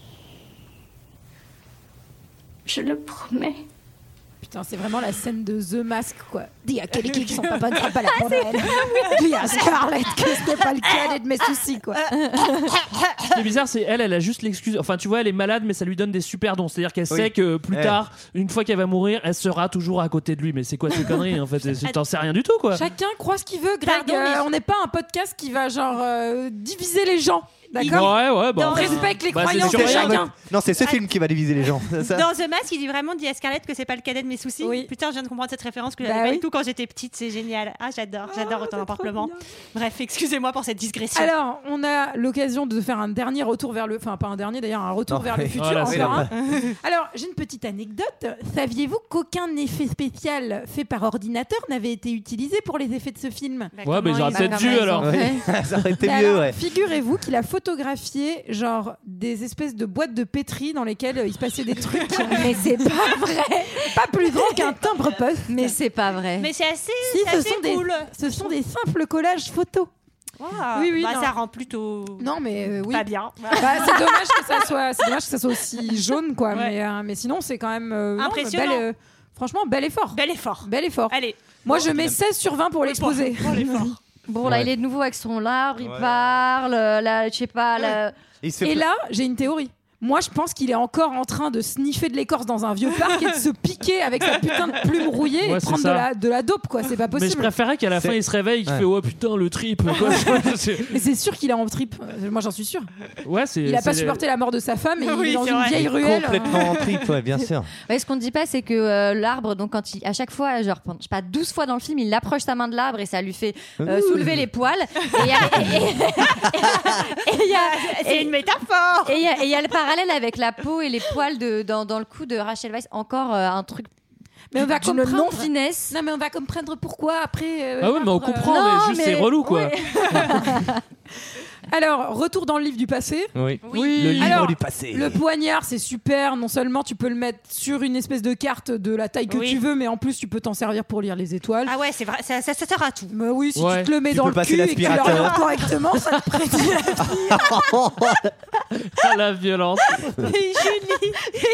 [SPEAKER 9] Je le promets.
[SPEAKER 1] Putain, c'est vraiment la scène de The Mask, quoi. Dis à Kelly que son papa ne sera pas là pour Noël. Dis à Scarlett que ce n'est pas le cadet de mes soucis, quoi.
[SPEAKER 5] Ce qui est bizarre, c'est elle a juste l'excuse. Enfin, tu vois, elle est malade, mais ça lui donne des super dons. C'est-à-dire qu'elle sait que plus tard, une fois qu'elle va mourir, elle sera toujours à côté de lui. Mais c'est quoi ces conneries en fait? T'en sais rien du tout, quoi.
[SPEAKER 1] Chacun croit ce qu'il veut, Greg.
[SPEAKER 7] Pardon, mais-
[SPEAKER 1] On n'est pas un podcast qui va, genre, diviser les gens. D'accord?
[SPEAKER 5] Ouais,
[SPEAKER 1] On
[SPEAKER 5] bah,
[SPEAKER 1] respecte les
[SPEAKER 5] bah, c'est
[SPEAKER 1] croyances
[SPEAKER 5] sur
[SPEAKER 1] de
[SPEAKER 5] rien.
[SPEAKER 1] chacun.
[SPEAKER 6] Non, c'est ce film qui va diviser les gens. Ça.
[SPEAKER 7] Dans The Mask, il dit vraiment dit à Scarlett que c'est pas le cadet de mes soucis.
[SPEAKER 1] Oui.
[SPEAKER 7] Putain, je viens de comprendre cette référence que
[SPEAKER 1] Bah
[SPEAKER 7] j'avais pas
[SPEAKER 1] oui.
[SPEAKER 7] du tout quand j'étais petite. C'est génial. Ah, j'adore autant d'emportement.
[SPEAKER 1] bien.
[SPEAKER 7] Bref, excusez-moi pour cette digression.
[SPEAKER 1] Alors, on a l'occasion de faire un dernier retour vers le... Enfin, pas un dernier d'ailleurs, un retour
[SPEAKER 6] Non,
[SPEAKER 1] vers le
[SPEAKER 6] oui.
[SPEAKER 1] futur.
[SPEAKER 5] Voilà,
[SPEAKER 1] encore
[SPEAKER 5] c'est
[SPEAKER 1] un. Alors, j'ai une petite anecdote. Saviez-vous qu'aucun effet spécial fait par ordinateur n'avait été utilisé pour les effets de ce film?
[SPEAKER 7] Bah,
[SPEAKER 5] Ouais, mais
[SPEAKER 7] comment
[SPEAKER 5] j'aurais
[SPEAKER 7] ils-
[SPEAKER 5] peut-être dû alors.
[SPEAKER 6] Ouais. Ça aurait été
[SPEAKER 1] Mais
[SPEAKER 6] mieux,
[SPEAKER 1] alors,
[SPEAKER 6] ouais.
[SPEAKER 1] Figurez-vous qu'il a photographié genre des espèces de boîtes de pétri dans lesquelles il se passait des trucs.
[SPEAKER 10] Mais c'est pas vrai.
[SPEAKER 1] Pas plus grand qu'un timbre-poste.
[SPEAKER 10] Mais c'est pas vrai.
[SPEAKER 7] Mais c'est assez,
[SPEAKER 1] Si,
[SPEAKER 7] c'est
[SPEAKER 1] ce
[SPEAKER 7] assez
[SPEAKER 1] sont des,
[SPEAKER 7] cool.
[SPEAKER 1] ce sont des simples collages photos.
[SPEAKER 7] Waouh.
[SPEAKER 1] Oui, oui,
[SPEAKER 7] Bah,
[SPEAKER 1] non.
[SPEAKER 7] ça rend plutôt
[SPEAKER 1] Non, mais oui.
[SPEAKER 7] pas bien.
[SPEAKER 1] Bah, c'est dommage que ça soit aussi jaune, quoi.
[SPEAKER 7] Ouais.
[SPEAKER 1] Mais sinon, c'est quand même non,
[SPEAKER 7] Impressionnant.
[SPEAKER 1] franchement, bel effort.
[SPEAKER 7] Bel effort.
[SPEAKER 1] Bel effort.
[SPEAKER 7] Allez.
[SPEAKER 1] Moi, je mets 16 sur 20 pour l'exposer.
[SPEAKER 10] Bon là
[SPEAKER 6] Ouais.
[SPEAKER 10] il est de nouveau avec son larbre, il
[SPEAKER 6] Ouais.
[SPEAKER 10] parle, là je sais pas, là...
[SPEAKER 6] Il se
[SPEAKER 1] Et
[SPEAKER 6] fait-
[SPEAKER 1] là, j'ai une théorie. Moi, je pense qu'il est encore en train de sniffer de l'écorce dans un vieux parc et de se piquer avec sa putain de plume rouillée et de prendre de la dope, quoi. C'est pas possible.
[SPEAKER 5] Mais je préférais qu'à la fin, il se réveille, qu'il fait oh putain, le trip.
[SPEAKER 1] Mais c'est sûr qu'il est en trip. Moi, j'en suis sûr.
[SPEAKER 5] Ouais,
[SPEAKER 1] il a pas supporté la mort de sa femme et il est dans une vieille ruelle.
[SPEAKER 6] Complètement en trip, ouais, bien sûr.
[SPEAKER 10] Ouais, ce qu'on ne dit pas, c'est que l'arbre, donc à chaque fois, genre, je sais pas, 12 fois dans le film, il approche sa main de l'arbre et ça lui fait soulever les poils.
[SPEAKER 7] C'est une métaphore.
[SPEAKER 10] Et il y a le parallèle avec la peau et les poils dans le cou de Rachel Weisz. Encore un truc.
[SPEAKER 1] Mais on va comprendre.
[SPEAKER 10] Non-finesse.
[SPEAKER 1] Non, mais on va comprendre pourquoi après.
[SPEAKER 5] Ah oui, mais on comprend, mais juste c'est relou, quoi.
[SPEAKER 1] Ouais. Alors, retour dans le livre du passé.
[SPEAKER 6] Oui.
[SPEAKER 5] Le
[SPEAKER 6] livre du passé.
[SPEAKER 1] Le poignard, c'est super. Non seulement tu peux le mettre sur une espèce de carte de la taille que tu veux, mais en plus tu peux t'en servir pour lire les étoiles.
[SPEAKER 7] Ah ouais, c'est vrai, ça sert à tout.
[SPEAKER 1] Mais oui, si tu te le mets dans le cul et que tu le regardes correctement, ça te prédit la vie.
[SPEAKER 5] La violence.
[SPEAKER 7] Mais Julie,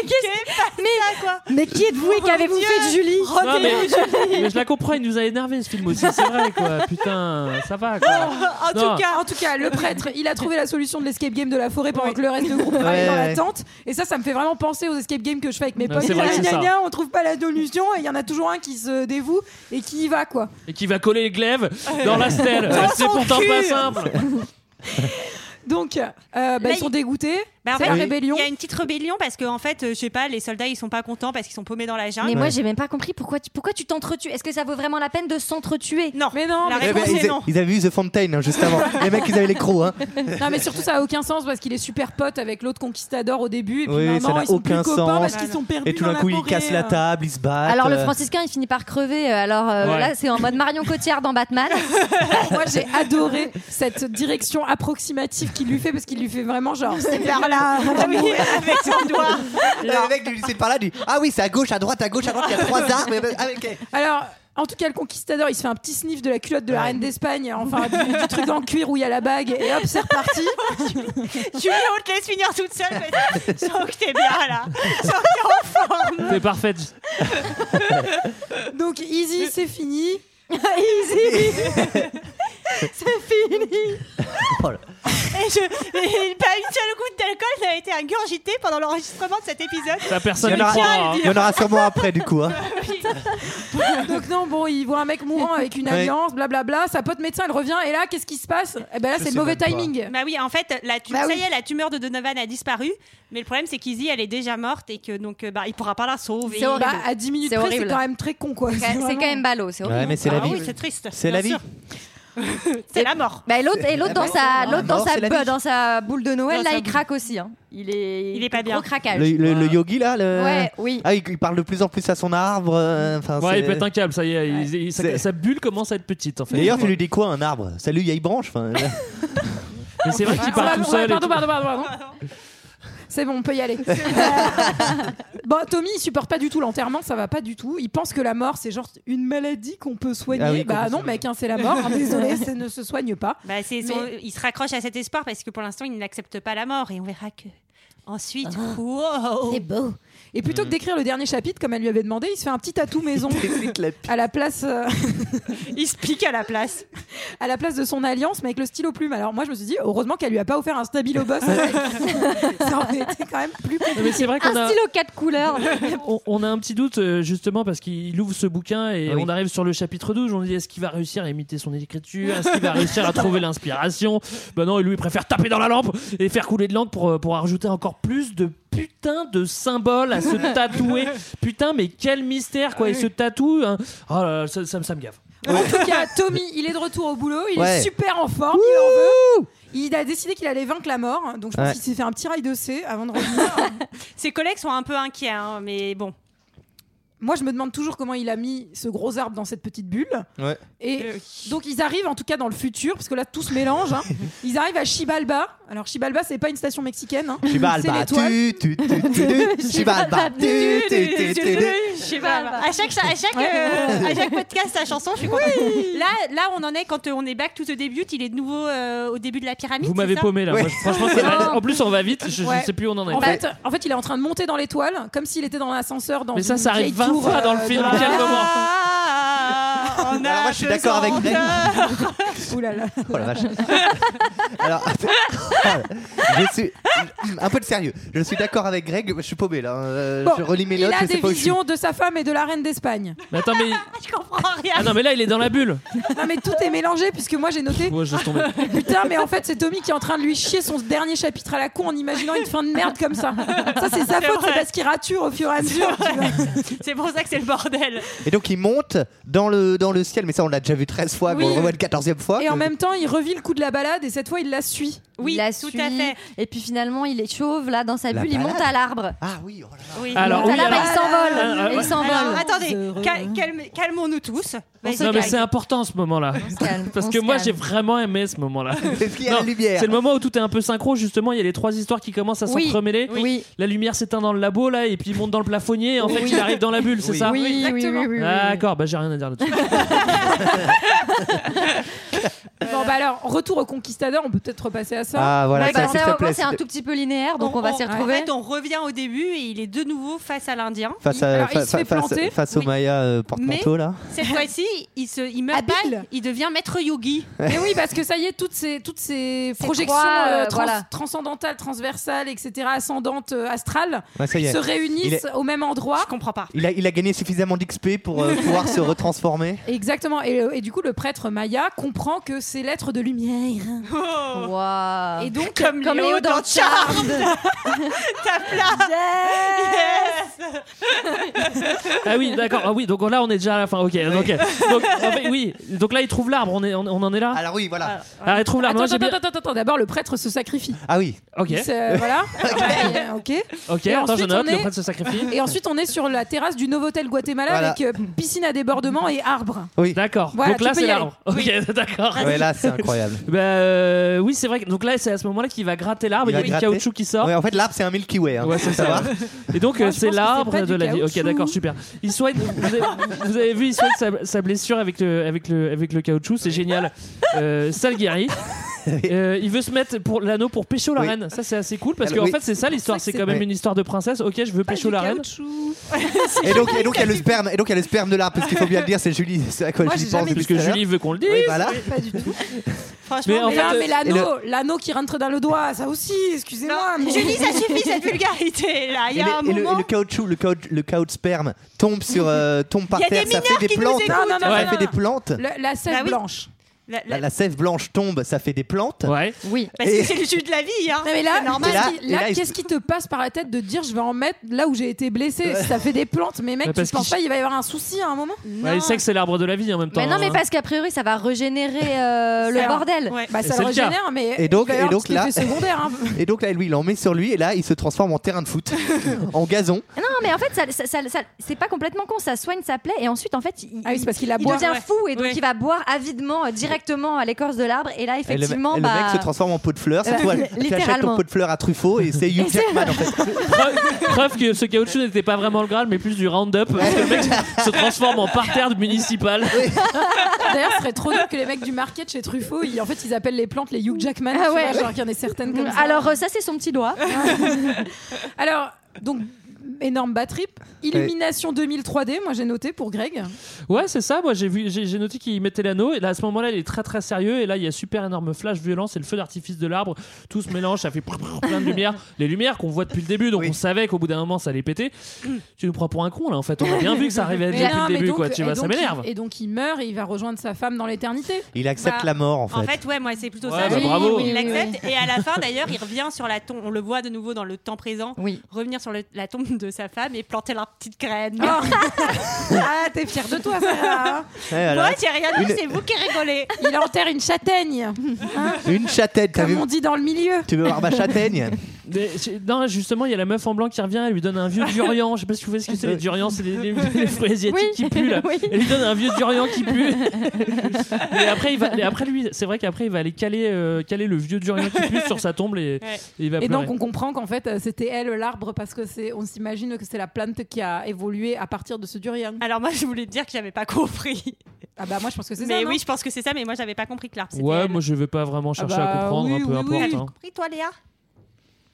[SPEAKER 10] mais qui êtes-vous et qu'avez-vous fait de Julie?
[SPEAKER 5] Non, mais je la comprends, il nous a énervé ce film aussi, c'est vrai, quoi. Putain, ça va, quoi.
[SPEAKER 1] En tout cas, le prêtre, il a trouvé la solution de l'escape game de la forêt pendant que le reste du groupe travaillait dans la tente. Et ça me fait vraiment penser aux escape games que je fais avec mes potes. On trouve pas la solution et il y en a toujours un qui se dévoue et qui y va, quoi.
[SPEAKER 5] Et qui va coller les glaives dans la stèle. C'est pourtant pas simple.
[SPEAKER 1] Donc, ils sont dégoûtés.
[SPEAKER 7] En
[SPEAKER 1] c'est
[SPEAKER 7] fait,
[SPEAKER 1] la rébellion.
[SPEAKER 7] Il y a une petite rébellion parce que en fait, je sais pas, les soldats ils sont pas contents parce qu'ils sont paumés dans la jungle.
[SPEAKER 10] Mais moi j'ai même pas compris pourquoi tu t'entretues. Est-ce que ça vaut vraiment la peine de s'entretuer?
[SPEAKER 7] Non,
[SPEAKER 1] mais non.
[SPEAKER 7] La réponse est non.
[SPEAKER 6] Ils avaient vu The Fountain juste avant. Les mecs ils avaient les crocs.
[SPEAKER 1] Non mais surtout ça a aucun sens parce qu'il est super pote avec l'autre conquistador au début et puis
[SPEAKER 6] oui,
[SPEAKER 1] maintenant ils sont
[SPEAKER 6] aucun
[SPEAKER 1] plus copains
[SPEAKER 6] sens.
[SPEAKER 1] parce qu'ils sont perdus.
[SPEAKER 6] Et tout d'un coup ils cassent la table, ils se battent.
[SPEAKER 10] Alors le franciscain il finit par crever. Alors là c'est en mode Marion Cotillard dans Batman.
[SPEAKER 1] Moi j'ai adoré cette direction approximative qu'il lui fait parce qu'il lui fait vraiment genre c'est vers là.
[SPEAKER 7] Avec son doigt.
[SPEAKER 6] Le mec lui c'est par là, dit ah oui c'est à gauche, à droite, il y a 3 arbres. Okay.
[SPEAKER 1] Alors en tout cas, le conquistador, il se fait un petit sniff de la culotte de la reine d'Espagne, enfin du truc en cuir où il y a la bague, et hop, c'est reparti.
[SPEAKER 7] Julie, on te laisse finir toute seule. Je sens que t'es bien là. Je sens que t'es en forme.
[SPEAKER 5] T'es parfaite.
[SPEAKER 1] Donc, easy, c'est fini.
[SPEAKER 7] Easy. C'est fini.
[SPEAKER 6] Voilà.
[SPEAKER 7] Et pas une seule goutte d'alcool n'a été ingurgitée pendant l'enregistrement de cet épisode.
[SPEAKER 5] La personne il croit.
[SPEAKER 6] Il y en aura sûrement après du coup. Hein.
[SPEAKER 1] Donc non, bon, il voit un mec mourant avec une alliance, blablabla. Sa pote médecin, elle revient et là, qu'est-ce qui se passe? Eh ben là, c'est le mauvais timing.
[SPEAKER 7] Bah oui, en fait, ça y est, la tumeur de Donovan a disparu. Mais le problème, c'est qu'Izzy, elle est déjà morte et que donc, il pourra pas la sauver.
[SPEAKER 1] C'est horrible. À 10 minutes près, c'est quand même très con, quoi.
[SPEAKER 10] C'est quand même ballot, c'est horrible.
[SPEAKER 6] Ouais, mais c'est la vie.
[SPEAKER 7] Oui, c'est triste.
[SPEAKER 6] C'est la vie.
[SPEAKER 7] C'est la mort.
[SPEAKER 10] Bah, l'autre dans sa boule de Noël, là, il craque aussi. Hein. Il est
[SPEAKER 7] pas bien.
[SPEAKER 10] Gros craquage.
[SPEAKER 6] Le yogi là,
[SPEAKER 10] Ouais, oui.
[SPEAKER 6] Ah, il parle de plus en plus à son arbre.
[SPEAKER 5] Ouais, il pète un câble, ça y est. Sa bulle commence à être petite en fait.
[SPEAKER 6] D'ailleurs, tu lui dis quoi un arbre? Salut, il y a une branche.
[SPEAKER 5] Mais c'est vrai qu'il parle tout seul.
[SPEAKER 1] Pardon. C'est bon, on peut y aller. Bon, Tommy, il supporte pas du tout l'enterrement, ça va pas du tout. Il pense que la mort, c'est genre une maladie qu'on peut soigner. Ah oui, bah non, mec, c'est la mort. Désolé, ça ne se soigne pas.
[SPEAKER 7] Bah, il se raccroche à cet espoir parce que pour l'instant, il n'accepte pas la mort et on verra que ensuite, wow.
[SPEAKER 10] C'est beau.
[SPEAKER 1] Et plutôt que d'écrire le dernier chapitre comme elle lui avait demandé, il se fait un petit tatou maison à la place.
[SPEAKER 7] Il se pique à la place.
[SPEAKER 1] À la place de son alliance, mais avec le stylo plume. Alors moi, je me suis dit, heureusement qu'elle lui a pas offert un stabilo boss. Ça aurait été quand même plus compliqué.
[SPEAKER 5] Mais c'est vrai qu'on
[SPEAKER 10] un stylo 4 couleurs.
[SPEAKER 5] On a un petit doute justement parce qu'il ouvre ce bouquin et on arrive sur le chapitre 12. On dit est-ce qu'il va réussir à imiter son écriture? Est-ce qu'il va réussir à trouver l'inspiration? Ben non, lui il préfère taper dans la lampe et faire couler de l'encre pour rajouter encore plus de putain de symboles à se tatouer. Putain, mais quel mystère quoi. Il se tatoue. Hein. Oh là là, ça me gave.
[SPEAKER 1] En tout cas, Tommy, il est de retour au boulot. Il est super en forme. Il en veut. Il a décidé qu'il allait vaincre la mort. Donc je pense qu'il s'est fait un petit rail de C avant de revenir.
[SPEAKER 7] Ses collègues sont un peu inquiets, hein, mais bon.
[SPEAKER 1] Moi, je me demande toujours comment il a mis ce gros arbre dans cette petite bulle.
[SPEAKER 6] Ouais.
[SPEAKER 1] Et donc, ils arrivent en tout cas dans le futur, parce que là, tout se mélange. Hein. Ils arrivent à Xibalba. Alors, Xibalba, c'est pas une station mexicaine. Hein.
[SPEAKER 6] Xibalba, Xibalba,
[SPEAKER 7] Xibalba. À chaque podcast, sa chanson, je suis contente. Là, on en est quand on est back to the debut. Il est de nouveau au début de la pyramide.
[SPEAKER 5] Vous m'avez paumé là. Moi, franchement, en plus, on va vite. Je sais plus où on en est.
[SPEAKER 1] En fait, il est en train de monter dans l'étoile, comme s'il était dans l'ascenseur.
[SPEAKER 5] Mais ça arrive 20 fois dans le film. Quel moment?
[SPEAKER 6] Alors moi je suis d'accord avec Greg.
[SPEAKER 1] Ouh là là.
[SPEAKER 6] Oh la vache. Alors un peu de sérieux. Je suis d'accord avec Greg, je suis paumé là.
[SPEAKER 1] Bon,
[SPEAKER 6] je relis mes
[SPEAKER 1] il
[SPEAKER 6] notes.
[SPEAKER 1] a
[SPEAKER 6] je sais
[SPEAKER 1] des
[SPEAKER 6] pas où je suis.
[SPEAKER 1] visions de sa femme et de la reine d'Espagne.
[SPEAKER 5] Mais attends, mais.
[SPEAKER 7] Je comprends rien.
[SPEAKER 5] Ah non, mais là, il est dans la bulle.
[SPEAKER 1] Non mais tout est mélangé puisque moi j'ai noté.
[SPEAKER 5] Ouais, je laisse tomber.
[SPEAKER 1] Putain, mais en fait c'est Tommy qui est en train de lui chier son dernier chapitre à la con en imaginant une fin de merde comme ça. Ça c'est sa faute, c'est parce qu'il rature au fur et à mesure. tu vois.
[SPEAKER 7] C'est pour ça que c'est le bordel.
[SPEAKER 6] Et donc il monte dans le ciel, mais ça on l'a déjà vu 13 fois,
[SPEAKER 1] Oui.
[SPEAKER 6] mais on le revoit une 14e fois.
[SPEAKER 1] Et en même temps il revit le coup de la balade et cette fois il la suit.
[SPEAKER 7] Oui,
[SPEAKER 10] il la
[SPEAKER 7] tout
[SPEAKER 10] suit,
[SPEAKER 7] à fait.
[SPEAKER 10] Et puis finalement, il est chauve là dans sa
[SPEAKER 6] La
[SPEAKER 10] bulle, il monte
[SPEAKER 6] balade.
[SPEAKER 10] à l'arbre.
[SPEAKER 6] Ah oui, oh là là.
[SPEAKER 7] Oui.
[SPEAKER 5] Alors,
[SPEAKER 10] Il monte
[SPEAKER 5] oui,
[SPEAKER 10] à l'arbre,
[SPEAKER 5] alors-
[SPEAKER 10] il s'envole.
[SPEAKER 5] Alors,
[SPEAKER 10] Il s'envole.
[SPEAKER 7] Alors, attendez, calmons-nous tous. Vas-y,
[SPEAKER 5] Non, mais
[SPEAKER 7] Greg.
[SPEAKER 5] c'est important ce moment-là.
[SPEAKER 10] calme,
[SPEAKER 5] Parce
[SPEAKER 10] on
[SPEAKER 5] que
[SPEAKER 10] se
[SPEAKER 5] moi,
[SPEAKER 10] calme.
[SPEAKER 5] j'ai vraiment aimé ce moment-là.
[SPEAKER 6] Est-ce qu'il y a
[SPEAKER 5] Non,
[SPEAKER 6] la lumière?
[SPEAKER 5] C'est le moment où tout est un peu synchro, justement. Il y a les 3 histoires qui commencent à
[SPEAKER 10] Oui.
[SPEAKER 5] s'entremêler.
[SPEAKER 10] Oui.
[SPEAKER 5] La lumière s'éteint dans le labo, là, et puis il monte dans le plafonnier. Et en fait, il arrive dans la bulle, c'est
[SPEAKER 6] Oui.
[SPEAKER 5] ça
[SPEAKER 10] Oui, oui, oui,
[SPEAKER 1] Exactement.
[SPEAKER 10] oui, oui.
[SPEAKER 5] D'accord, bah j'ai rien à dire là-dessus.
[SPEAKER 1] Bon bah alors retour au Conquistador, on peut peut-être repasser à ça.
[SPEAKER 6] Ah voilà,
[SPEAKER 10] Ouais,
[SPEAKER 6] ça,
[SPEAKER 10] bah,
[SPEAKER 6] s'il
[SPEAKER 10] ça,
[SPEAKER 6] te
[SPEAKER 10] au
[SPEAKER 6] plaît.
[SPEAKER 10] moins, c'est un tout petit peu linéaire, donc on va s'y
[SPEAKER 7] En
[SPEAKER 10] retrouver.
[SPEAKER 7] fait, on revient au début et il est de nouveau face à l'Indien.
[SPEAKER 6] Face
[SPEAKER 1] Alors, il se fait planter.
[SPEAKER 6] face au
[SPEAKER 7] Oui.
[SPEAKER 6] Maya porte-manteau là.
[SPEAKER 7] Cette fois-ci, il meurt
[SPEAKER 1] Habile.
[SPEAKER 7] pas, il devient maître yogi.
[SPEAKER 1] Mais oui, parce que ça y est, toutes ces projections
[SPEAKER 10] trois, voilà.
[SPEAKER 1] transcendantales, transversales, etc., ascendantes, astrales,
[SPEAKER 6] Ouais, ça y est.
[SPEAKER 1] se réunissent
[SPEAKER 6] Il est-
[SPEAKER 1] au même endroit.
[SPEAKER 7] Je comprends pas.
[SPEAKER 6] Il a gagné suffisamment d'XP pour pouvoir se retransformer.
[SPEAKER 1] Exactement. Et du coup, le prêtre Maya comprend que c'est l'être de lumière.
[SPEAKER 10] Waouh.
[SPEAKER 1] Et donc,
[SPEAKER 7] Comme
[SPEAKER 10] Léo dans Charmed.
[SPEAKER 7] Ta place.
[SPEAKER 5] Ah oui, d'accord. Ah oui, donc là, on est déjà à la fin. Ok. Donc, en fait, oui. Donc là, il trouve l'arbre. On en est là.
[SPEAKER 6] Alors oui, voilà.
[SPEAKER 5] Ah, il trouve l'arbre. Moi, j'ai bien-
[SPEAKER 1] attends. D'abord, le prêtre se sacrifie.
[SPEAKER 6] Ah oui.
[SPEAKER 5] Ok.
[SPEAKER 1] Voilà. Ok.
[SPEAKER 5] Ok.
[SPEAKER 1] Et
[SPEAKER 5] Attends, je
[SPEAKER 1] ensuite,
[SPEAKER 5] note.
[SPEAKER 1] on
[SPEAKER 5] Le
[SPEAKER 1] est-
[SPEAKER 5] prêtre se sacrifie.
[SPEAKER 1] Et ensuite, on est sur la terrasse du Novotel Guatemala
[SPEAKER 6] Voilà.
[SPEAKER 1] avec piscine à débordement et arbre.
[SPEAKER 5] D'accord.
[SPEAKER 1] Voilà,
[SPEAKER 5] donc là,
[SPEAKER 1] tu peux
[SPEAKER 5] c'est
[SPEAKER 1] y aller.
[SPEAKER 5] l'arbre. Ok, d'accord.
[SPEAKER 6] Ouais, là c'est incroyable.
[SPEAKER 5] Oui, c'est vrai. Donc là, c'est à ce moment-là qu'il va gratter l'arbre. Il y a
[SPEAKER 6] va
[SPEAKER 5] du
[SPEAKER 6] gratter.
[SPEAKER 5] caoutchouc qui sort.
[SPEAKER 6] Ouais, en fait l'arbre c'est un Milky Way. Hein,
[SPEAKER 5] Ouais,
[SPEAKER 6] faut
[SPEAKER 5] c'est ça.
[SPEAKER 6] savoir.
[SPEAKER 5] Et donc,
[SPEAKER 1] Moi, je
[SPEAKER 5] c'est
[SPEAKER 1] pense que
[SPEAKER 5] l'arbre
[SPEAKER 1] c'est pas
[SPEAKER 5] de
[SPEAKER 1] du
[SPEAKER 5] la vie. Ok,
[SPEAKER 1] caoutchouc.
[SPEAKER 5] d'accord, super. Il soigne. Vous avez vu, il soigne sa blessure avec le caoutchouc. C'est génial. Ça le guérit. Il veut se mettre pour l'anneau pour pécho la
[SPEAKER 6] Oui.
[SPEAKER 5] reine. Ça, c'est assez cool parce
[SPEAKER 6] Alors,
[SPEAKER 5] qu'en
[SPEAKER 6] oui.
[SPEAKER 5] fait, c'est ça l'histoire. C'est
[SPEAKER 1] c'est
[SPEAKER 5] quand même
[SPEAKER 6] vrai.
[SPEAKER 5] une histoire de princesse. Ok, je veux pécho la reine.
[SPEAKER 6] Et donc il y a le sperme. Et donc il y a le sperme de l'arbre. Parce qu'il faut bien le dire, c'est Julie. C'est à quoi
[SPEAKER 1] Moi,
[SPEAKER 6] j'y
[SPEAKER 1] j'ai
[SPEAKER 6] pense
[SPEAKER 1] jamais
[SPEAKER 6] depuis
[SPEAKER 5] Puisque
[SPEAKER 6] tout à l'heure.
[SPEAKER 5] Julie veut qu'on le dise.
[SPEAKER 6] Oui, voilà.
[SPEAKER 1] Pas du tout.
[SPEAKER 7] Franchement,
[SPEAKER 5] Mais en
[SPEAKER 1] Mais,
[SPEAKER 5] fait,
[SPEAKER 1] là, mais
[SPEAKER 6] et
[SPEAKER 1] l'anneau qui rentre dans le doigt, ça aussi, excusez-moi. mais-
[SPEAKER 7] Julie, ça suffit cette vulgarité là. Il y a un moment.
[SPEAKER 6] Le caoutchouc, le caoutchouc sperme tombe tombe par
[SPEAKER 7] Il y a
[SPEAKER 6] terre.
[SPEAKER 7] des
[SPEAKER 6] Ça fait
[SPEAKER 7] mineurs
[SPEAKER 6] des
[SPEAKER 7] qui nous
[SPEAKER 6] plantes.
[SPEAKER 7] écoutent.
[SPEAKER 1] Non,
[SPEAKER 6] Ça fait des plantes.
[SPEAKER 1] La sève
[SPEAKER 7] Bah oui.
[SPEAKER 1] blanche.
[SPEAKER 6] La sève blanche tombe, ça fait des plantes.
[SPEAKER 5] Ouais.
[SPEAKER 10] Oui.
[SPEAKER 7] Parce
[SPEAKER 6] Et-
[SPEAKER 7] que c'est le jus de la vie, hein.
[SPEAKER 1] Non, mais là,
[SPEAKER 7] C'est normal.
[SPEAKER 6] Et là,
[SPEAKER 1] qu'est-ce qui te passe par la tête de te dire je vais en mettre là où j'ai été blessé? Ça fait des plantes, mais mec,
[SPEAKER 5] Ouais,
[SPEAKER 1] tu
[SPEAKER 5] parce
[SPEAKER 1] penses
[SPEAKER 5] qu'il-
[SPEAKER 1] pas il va y avoir un souci à un moment?
[SPEAKER 5] Ouais, il sait que c'est l'arbre de la vie en même temps.
[SPEAKER 10] Mais non, mais
[SPEAKER 5] hein.
[SPEAKER 10] parce qu'a priori, ça va régénérer le
[SPEAKER 7] Ça-
[SPEAKER 10] bordel.
[SPEAKER 7] Ouais.
[SPEAKER 1] Bah
[SPEAKER 5] Et
[SPEAKER 1] ça
[SPEAKER 5] c'est
[SPEAKER 1] le
[SPEAKER 5] le cas.
[SPEAKER 1] régénère, mais
[SPEAKER 6] Et donc-
[SPEAKER 1] il va y avoir
[SPEAKER 6] et
[SPEAKER 1] un
[SPEAKER 6] donc
[SPEAKER 1] petit
[SPEAKER 6] là-
[SPEAKER 1] effet secondaire. Hein.
[SPEAKER 6] Et donc là, lui, il en met sur lui et là, il se transforme en terrain de foot, en gazon.
[SPEAKER 10] Non, mais en fait, c'est pas complètement con. Ça soigne sa plaie et ensuite, en fait,
[SPEAKER 1] Ah oui, c'est parce qu'il a
[SPEAKER 10] il
[SPEAKER 1] boit.
[SPEAKER 10] devient
[SPEAKER 7] Ouais.
[SPEAKER 10] fou et donc
[SPEAKER 7] Ouais.
[SPEAKER 10] il va boire avidement directement à l'écorce de l'arbre. Et là,
[SPEAKER 6] Et
[SPEAKER 10] effectivement,
[SPEAKER 6] le mec se transforme en pot de fleurs. C'est toi qui achètes ton
[SPEAKER 10] littéralement.
[SPEAKER 6] pot de fleurs à Truffaut et c'est Hugh
[SPEAKER 10] Et c'est-
[SPEAKER 6] Jackman en fait.
[SPEAKER 5] Preuve que ce caoutchouc n'était pas vraiment le Graal, mais plus du Roundup. Parce que le mec se transforme en parterre municipal.
[SPEAKER 1] D'ailleurs, ce serait trop drôle que les mecs du market chez Truffaut, en fait, ils appellent les plantes les Hugh Jackman.
[SPEAKER 10] Ah
[SPEAKER 1] tu
[SPEAKER 10] ouais.
[SPEAKER 1] vois, genre qu'il y en ait certaines comme ça.
[SPEAKER 10] Alors, ça, c'est son petit doigt.
[SPEAKER 1] Alors, donc, énorme bad trip. Illumination 2000 3D, moi j'ai noté pour Greg.
[SPEAKER 5] Ouais, c'est ça. Moi, j'ai noté qu'il mettait l'anneau. Et là, à ce moment-là, il est très très sérieux. Et là, il y a super énorme flash violent. C'est le feu d'artifice de l'arbre. Tout se mélange. Ça fait plein de lumière. Les lumières qu'on voit depuis le début. Donc,
[SPEAKER 6] Oui.
[SPEAKER 5] on savait qu'au bout d'un moment, ça allait péter. Tu nous prends pour un con là. En fait, on a bien vu que ça arrivait depuis
[SPEAKER 1] Non,
[SPEAKER 5] le
[SPEAKER 1] mais
[SPEAKER 5] début.
[SPEAKER 1] donc-
[SPEAKER 5] Quoi. Tu
[SPEAKER 1] et
[SPEAKER 5] vois, ça
[SPEAKER 1] donc,
[SPEAKER 5] m'énerve.
[SPEAKER 1] Et donc il meurt et il va rejoindre sa femme dans l'éternité.
[SPEAKER 6] Il accepte
[SPEAKER 7] Bah,
[SPEAKER 6] la mort en fait.
[SPEAKER 7] En fait, ouais, moi c'est plutôt
[SPEAKER 5] Ouais,
[SPEAKER 7] ça.
[SPEAKER 5] bah,
[SPEAKER 7] Oui,
[SPEAKER 5] bravo.
[SPEAKER 7] Il l'accepte et à la fin d'ailleurs, il revient sur la tombe. On le voit de nouveau dans le temps présent.
[SPEAKER 10] Oui.
[SPEAKER 7] Revenir sur la tombe de sa femme et planter la petite graine.
[SPEAKER 1] Ah, t'es fier de toi, ça.
[SPEAKER 6] Ouais, voilà.
[SPEAKER 7] Moi, j'ai rien dit,
[SPEAKER 6] Une-
[SPEAKER 7] c'est vous qui rigolez.
[SPEAKER 1] Il enterre une châtaigne,
[SPEAKER 6] Une châtaigne, t'as
[SPEAKER 1] comme
[SPEAKER 6] vu
[SPEAKER 1] on dit dans le milieu.
[SPEAKER 6] Tu veux voir ma châtaigne?
[SPEAKER 5] Non, justement, il y a la meuf en blanc qui revient. Elle lui donne un vieux durian. Je sais pas si vous voyez ce que c'est les durians. C'est les fruits asiatiques
[SPEAKER 10] Oui,
[SPEAKER 5] qui puent là.
[SPEAKER 10] oui.
[SPEAKER 5] Elle lui donne un vieux durian qui pue. Et après, lui, c'est vrai qu'après, il va aller caler le vieux durian qui pue sur sa tombe et il va
[SPEAKER 1] Et
[SPEAKER 5] pleurer.
[SPEAKER 1] donc on comprend qu'en fait c'était elle l'arbre parce que on s'imagine que c'est la plante qui a évolué à partir de ce durian.
[SPEAKER 7] Alors moi, je voulais te dire que j'avais pas compris.
[SPEAKER 1] Ah bah moi je pense que c'est ça.
[SPEAKER 7] Mais
[SPEAKER 1] non
[SPEAKER 7] oui, je pense que c'est ça, mais moi j'avais pas compris que l'arbre c'était
[SPEAKER 5] Ouais,
[SPEAKER 7] elle.
[SPEAKER 5] moi je vais pas vraiment chercher
[SPEAKER 1] bah,
[SPEAKER 5] à comprendre,
[SPEAKER 1] oui,
[SPEAKER 5] peu
[SPEAKER 1] oui,
[SPEAKER 5] importe.
[SPEAKER 1] oui.
[SPEAKER 5] hein.
[SPEAKER 7] T'as compris toi, Léa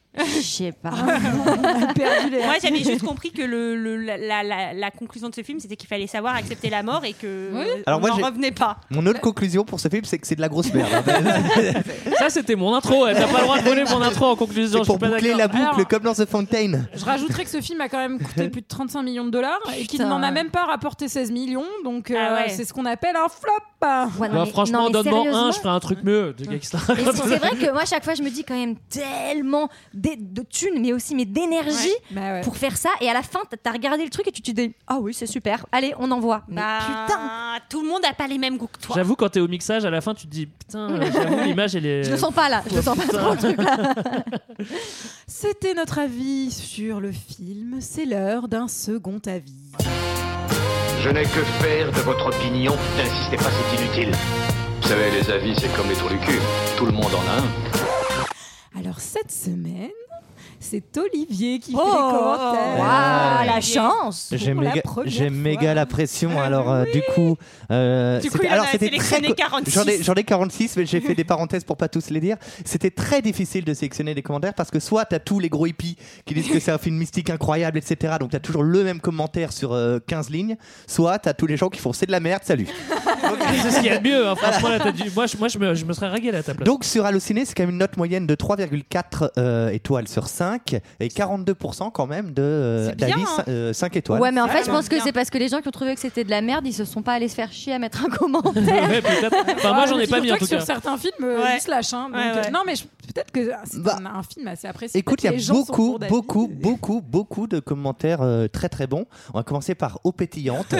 [SPEAKER 10] sais pas.
[SPEAKER 7] Moi, j'avais juste compris que la conclusion de ce film, c'était qu'il fallait savoir accepter la mort et que
[SPEAKER 6] Alors
[SPEAKER 7] on
[SPEAKER 6] moi,
[SPEAKER 7] n'en
[SPEAKER 6] j'ai-
[SPEAKER 7] revenait pas.
[SPEAKER 6] Mon autre conclusion pour ce film, c'est que c'est de la grosse merde.
[SPEAKER 5] Ça, c'était mon intro. T'as pas le droit de voler mon intro en conclusion.
[SPEAKER 6] C'est pour
[SPEAKER 5] je suis pas
[SPEAKER 6] boucler
[SPEAKER 5] d'accord.
[SPEAKER 6] la boucle
[SPEAKER 1] Alors-
[SPEAKER 6] comme dans The Fountain.
[SPEAKER 1] Je rajouterais que ce film a quand même coûté plus de 35 millions de dollars et qu'il n'en a même pas rapporté 16 millions. Donc c'est ce qu'on appelle un flop.
[SPEAKER 10] Ouais,
[SPEAKER 5] Bah, franchement,
[SPEAKER 10] mais
[SPEAKER 5] donne-moi
[SPEAKER 10] sérieusement.
[SPEAKER 5] un, je ferai un truc mieux. De gars qui se la
[SPEAKER 10] Et c'est vrai que moi, à chaque fois, je me dis quand même tellement de thunes, mais aussi d'énergie pour faire ça. Et à la fin, t'as regardé le truc et tu te dis ah oui, c'est super. Allez, on envoie. Mais putain,
[SPEAKER 7] tout le monde n'a pas les mêmes goûts que toi.
[SPEAKER 5] J'avoue, quand t'es au mixage, à la fin, tu te dis putain, j'avoue, l'image, elle est.
[SPEAKER 10] je le sens pas là. Je le sens pas trop le truc là.
[SPEAKER 1] C'était notre avis sur le film. C'est l'heure d'un second avis.
[SPEAKER 2] Je n'ai que faire de votre opinion. N'insistez pas, c'est inutile.
[SPEAKER 4] Vous savez, les avis, c'est comme les trous du cul. Tout le monde en a un.
[SPEAKER 1] Alors cette semaine, c'est Olivier qui fait
[SPEAKER 10] Oh,
[SPEAKER 1] les commentaires.
[SPEAKER 10] waouh, la chance.
[SPEAKER 6] J'ai
[SPEAKER 1] Pour la
[SPEAKER 6] méga,
[SPEAKER 1] première
[SPEAKER 6] j'ai
[SPEAKER 1] fois.
[SPEAKER 6] méga la pression. Alors du coup,
[SPEAKER 7] Du coup,
[SPEAKER 6] c'était-
[SPEAKER 7] il en
[SPEAKER 6] alors
[SPEAKER 7] a
[SPEAKER 6] c'était
[SPEAKER 7] sélectionné
[SPEAKER 6] très
[SPEAKER 7] 46.
[SPEAKER 6] j'en ai 46, mais j'ai fait des parenthèses pour pas tous les dire. C'était très difficile de sélectionner des commentaires parce que soit t'as tous les gros hippies qui disent que c'est un film mystique incroyable, etc. Donc t'as toujours le même commentaire sur 15 lignes. Soit t'as tous les gens qui font c'est de la merde, salut.
[SPEAKER 5] C'est ce qu'il y a de mieux. Hein. Franchement, là, moi, je me serais régalé à ta place.
[SPEAKER 6] Donc sur Allociné, c'est quand même une note moyenne de 3,4 étoiles sur 5 et 42% quand même
[SPEAKER 7] C'est bien,
[SPEAKER 6] d'avis
[SPEAKER 7] hein.
[SPEAKER 6] 5 étoiles.
[SPEAKER 10] Ouais, mais en fait, je pense que
[SPEAKER 7] bien.
[SPEAKER 10] c'est parce que les gens qui ont trouvé que c'était de la merde, ils se sont pas allés se faire chier à mettre un commentaire.
[SPEAKER 5] Ouais, peut-être. Enfin, moi, j'en ai pas mis en tout
[SPEAKER 1] Sur
[SPEAKER 5] cas.
[SPEAKER 1] certains films,
[SPEAKER 7] Ouais.
[SPEAKER 1] ils se lâchent. Hein, donc,
[SPEAKER 7] Ouais, ouais.
[SPEAKER 1] non, mais peut-être que c'est
[SPEAKER 6] Bah,
[SPEAKER 1] un film assez apprécié.
[SPEAKER 6] Écoute, il y
[SPEAKER 1] Peut-être
[SPEAKER 6] a
[SPEAKER 1] les gens sont
[SPEAKER 6] beaucoup,
[SPEAKER 1] courts d'avis.
[SPEAKER 6] beaucoup de commentaires très très bons. On va commencer par Eau Pétillante.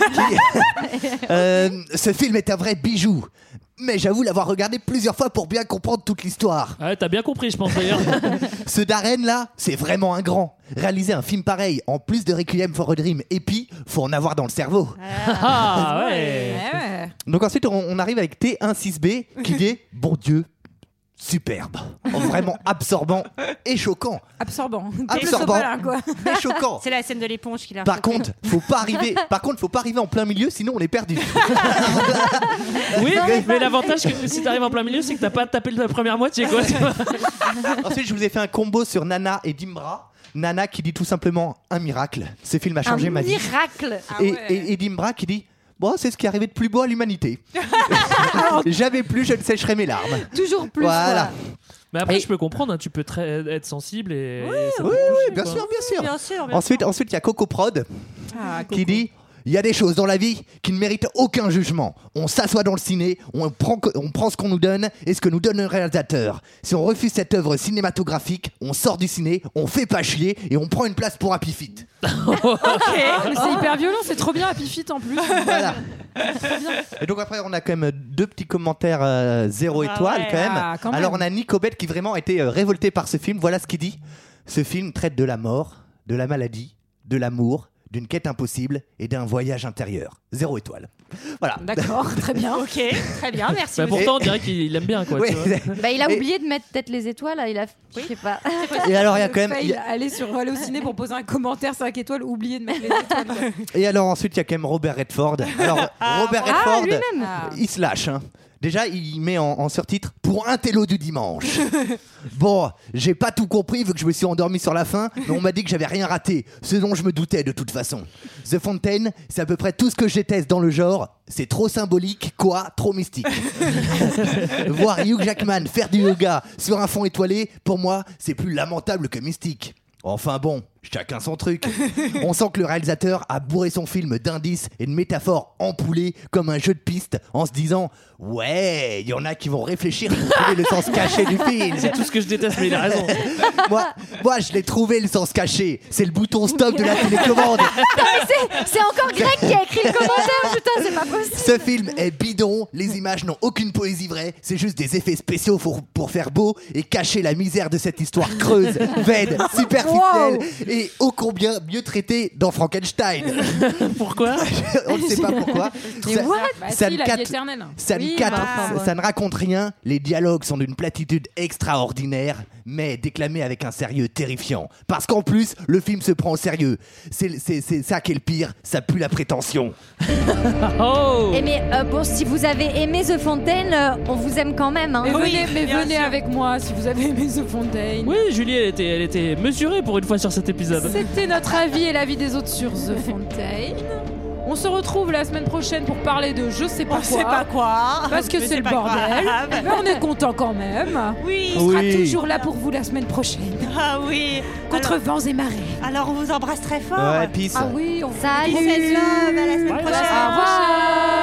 [SPEAKER 6] Ce film est un vrai bijou. Mais j'avoue l'avoir regardé plusieurs fois pour bien comprendre toute l'histoire.
[SPEAKER 5] Ouais, t'as bien compris, je pense d'ailleurs.
[SPEAKER 6] Ce Darren là, c'est vraiment un grand. Réaliser un film pareil, en plus de Requiem for a Dream, et puis faut en avoir dans le cerveau.
[SPEAKER 5] Ah ouais.
[SPEAKER 1] Ouais.
[SPEAKER 6] Donc ensuite, on arrive avec T16B qui dit bon Dieu, superbe, vraiment absorbant et choquant.
[SPEAKER 1] Absorbant.
[SPEAKER 6] Absorbant.
[SPEAKER 1] Sopalin, quoi.
[SPEAKER 6] Et choquant.
[SPEAKER 7] C'est la scène de l'éponge qui l'a
[SPEAKER 6] Par
[SPEAKER 7] chauffé.
[SPEAKER 6] contre, faut pas arriver en plein milieu, sinon on est perdu.
[SPEAKER 5] Oui, mais l'avantage que si t'arrives en plein milieu, c'est que t'as pas tapé la première moitié, quoi.
[SPEAKER 6] Ensuite, je vous ai fait un combo sur Nana et Dimbra. Nana qui dit tout simplement un miracle. Ce film a changé ma vie.
[SPEAKER 10] Miracle.
[SPEAKER 6] Et Dimbra qui dit bon, c'est ce qui est arrivé de plus beau à l'humanité. Jamais plus je ne sécherai mes larmes.
[SPEAKER 10] Toujours plus.
[SPEAKER 6] Voilà.
[SPEAKER 5] Mais après,
[SPEAKER 6] Et-
[SPEAKER 5] je peux comprendre, hein, tu peux être sensible et. ça peut
[SPEAKER 6] Oui,
[SPEAKER 5] toucher,
[SPEAKER 6] oui, bien
[SPEAKER 5] quoi.
[SPEAKER 6] sûr, bien sûr.
[SPEAKER 7] Bien sûr, bien
[SPEAKER 6] Ensuite, il y a Coco Prod
[SPEAKER 1] Ah,
[SPEAKER 6] qui dit il y a des choses dans la vie qui ne méritent aucun jugement. On s'assoit dans le ciné, on prend ce qu'on nous donne et ce que nous donne le réalisateur. Si on refuse cette œuvre cinématographique, on sort du ciné, on fait pas chier et on prend une place pour Happy Feet.
[SPEAKER 1] Mais c'est hyper violent, c'est trop bien Happy Feet en plus.
[SPEAKER 6] Voilà. Et donc après, on a quand même deux petits commentaires 0
[SPEAKER 7] Ah
[SPEAKER 6] étoile
[SPEAKER 7] ouais,
[SPEAKER 6] quand même.
[SPEAKER 1] ah, quand même.
[SPEAKER 6] Alors on a Nicobet qui vraiment a été révolté par ce film. Voilà ce qu'il dit. Ce film traite de la mort, de la maladie, de l'amour, d'une quête impossible et d'un voyage intérieur. 0 étoile. Voilà.
[SPEAKER 1] D'accord, très bien.
[SPEAKER 7] Ok, très bien, merci.
[SPEAKER 5] Bah,
[SPEAKER 7] monsieur.
[SPEAKER 5] pourtant, on dirait qu'il aime bien, quoi.
[SPEAKER 6] Oui.
[SPEAKER 5] tu vois.
[SPEAKER 10] Bah, il a
[SPEAKER 6] Et-
[SPEAKER 10] oublié de mettre peut-être les étoiles. Là. Il a, je sais pas.
[SPEAKER 6] Et alors il y a quand même.
[SPEAKER 1] Fail, aller sur Allociné pour poser un commentaire 5 étoiles, oublier de mettre les étoiles. quoi.
[SPEAKER 6] Et alors ensuite, il y a quand même Robert Redford. Alors Robert Redford,
[SPEAKER 10] lui-même.
[SPEAKER 6] il se lâche. Hein. Déjà, il met en surtitre pour un télo du dimanche. Bon, j'ai pas tout compris vu que je me suis endormi sur la fin, mais on m'a dit que j'avais rien raté, ce dont je me doutais de toute façon. The Fountain, c'est à peu près tout ce que je déteste dans le genre. C'est trop symbolique, quoi, trop mystique. Voir Hugh Jackman faire du yoga sur un fond étoilé, pour moi, c'est plus lamentable que mystique. Enfin bon, chacun son truc. On sent que le réalisateur a bourré son film d'indices et de métaphores empoulées comme un jeu de piste en se disant ouais, il y en a qui vont réfléchir pour trouver le sens caché du film.
[SPEAKER 5] C'est tout ce que je déteste, mais il a raison.
[SPEAKER 6] Moi, je l'ai trouvé le sens caché. C'est le bouton stop de la télécommande.
[SPEAKER 10] C'est encore Greg qui a écrit le commentaire. Putain, c'est pas possible.
[SPEAKER 6] Ce film est bidon, les images n'ont aucune poésie vraie, c'est juste des effets spéciaux pour faire beau et cacher la misère de cette histoire creuse, vaine, superficielle et ô combien mieux traitée dans Frankenstein.
[SPEAKER 5] Pourquoi?
[SPEAKER 6] On ne sait pas pourquoi.
[SPEAKER 1] Mais
[SPEAKER 6] Ça-
[SPEAKER 1] what
[SPEAKER 6] ça
[SPEAKER 1] Bah
[SPEAKER 6] ne
[SPEAKER 1] si, la
[SPEAKER 6] cat-
[SPEAKER 1] vie éternelle.
[SPEAKER 6] ça ne
[SPEAKER 1] Oui,
[SPEAKER 6] cat-
[SPEAKER 1] bah,
[SPEAKER 10] enfin,
[SPEAKER 6] ça ne raconte rien, les dialogues sont d'une platitude extraordinaire, mais déclamés avec un sérieux terrifiant. Parce qu'en plus, le film se prend au sérieux. C'est ça qui est le pire, ça pue la prétention.
[SPEAKER 5] Oh.
[SPEAKER 10] Et mais bon, si vous avez aimé The Fountain, on vous aime quand même. Hein.
[SPEAKER 1] Mais venez avec moi si vous avez aimé The Fountain.
[SPEAKER 5] Oui, Julie, elle était mesurée pour une fois sur cet épisode.
[SPEAKER 1] C'était notre avis et l'avis des autres sur The Fountain. On se retrouve la semaine prochaine pour parler de je sais pas quoi.
[SPEAKER 7] On sait pas quoi.
[SPEAKER 1] Parce que c'est le bordel. Mais on est content quand même.
[SPEAKER 7] Oui.
[SPEAKER 1] On sera toujours là pour vous la semaine prochaine.
[SPEAKER 7] Ah oui.
[SPEAKER 1] Contre vents et marées.
[SPEAKER 7] Alors on vous embrasse très fort.
[SPEAKER 6] Ouais, peace.
[SPEAKER 1] Ah oui, on
[SPEAKER 10] Salut.
[SPEAKER 7] Peace and love. À la semaine prochaine.
[SPEAKER 1] Au revoir.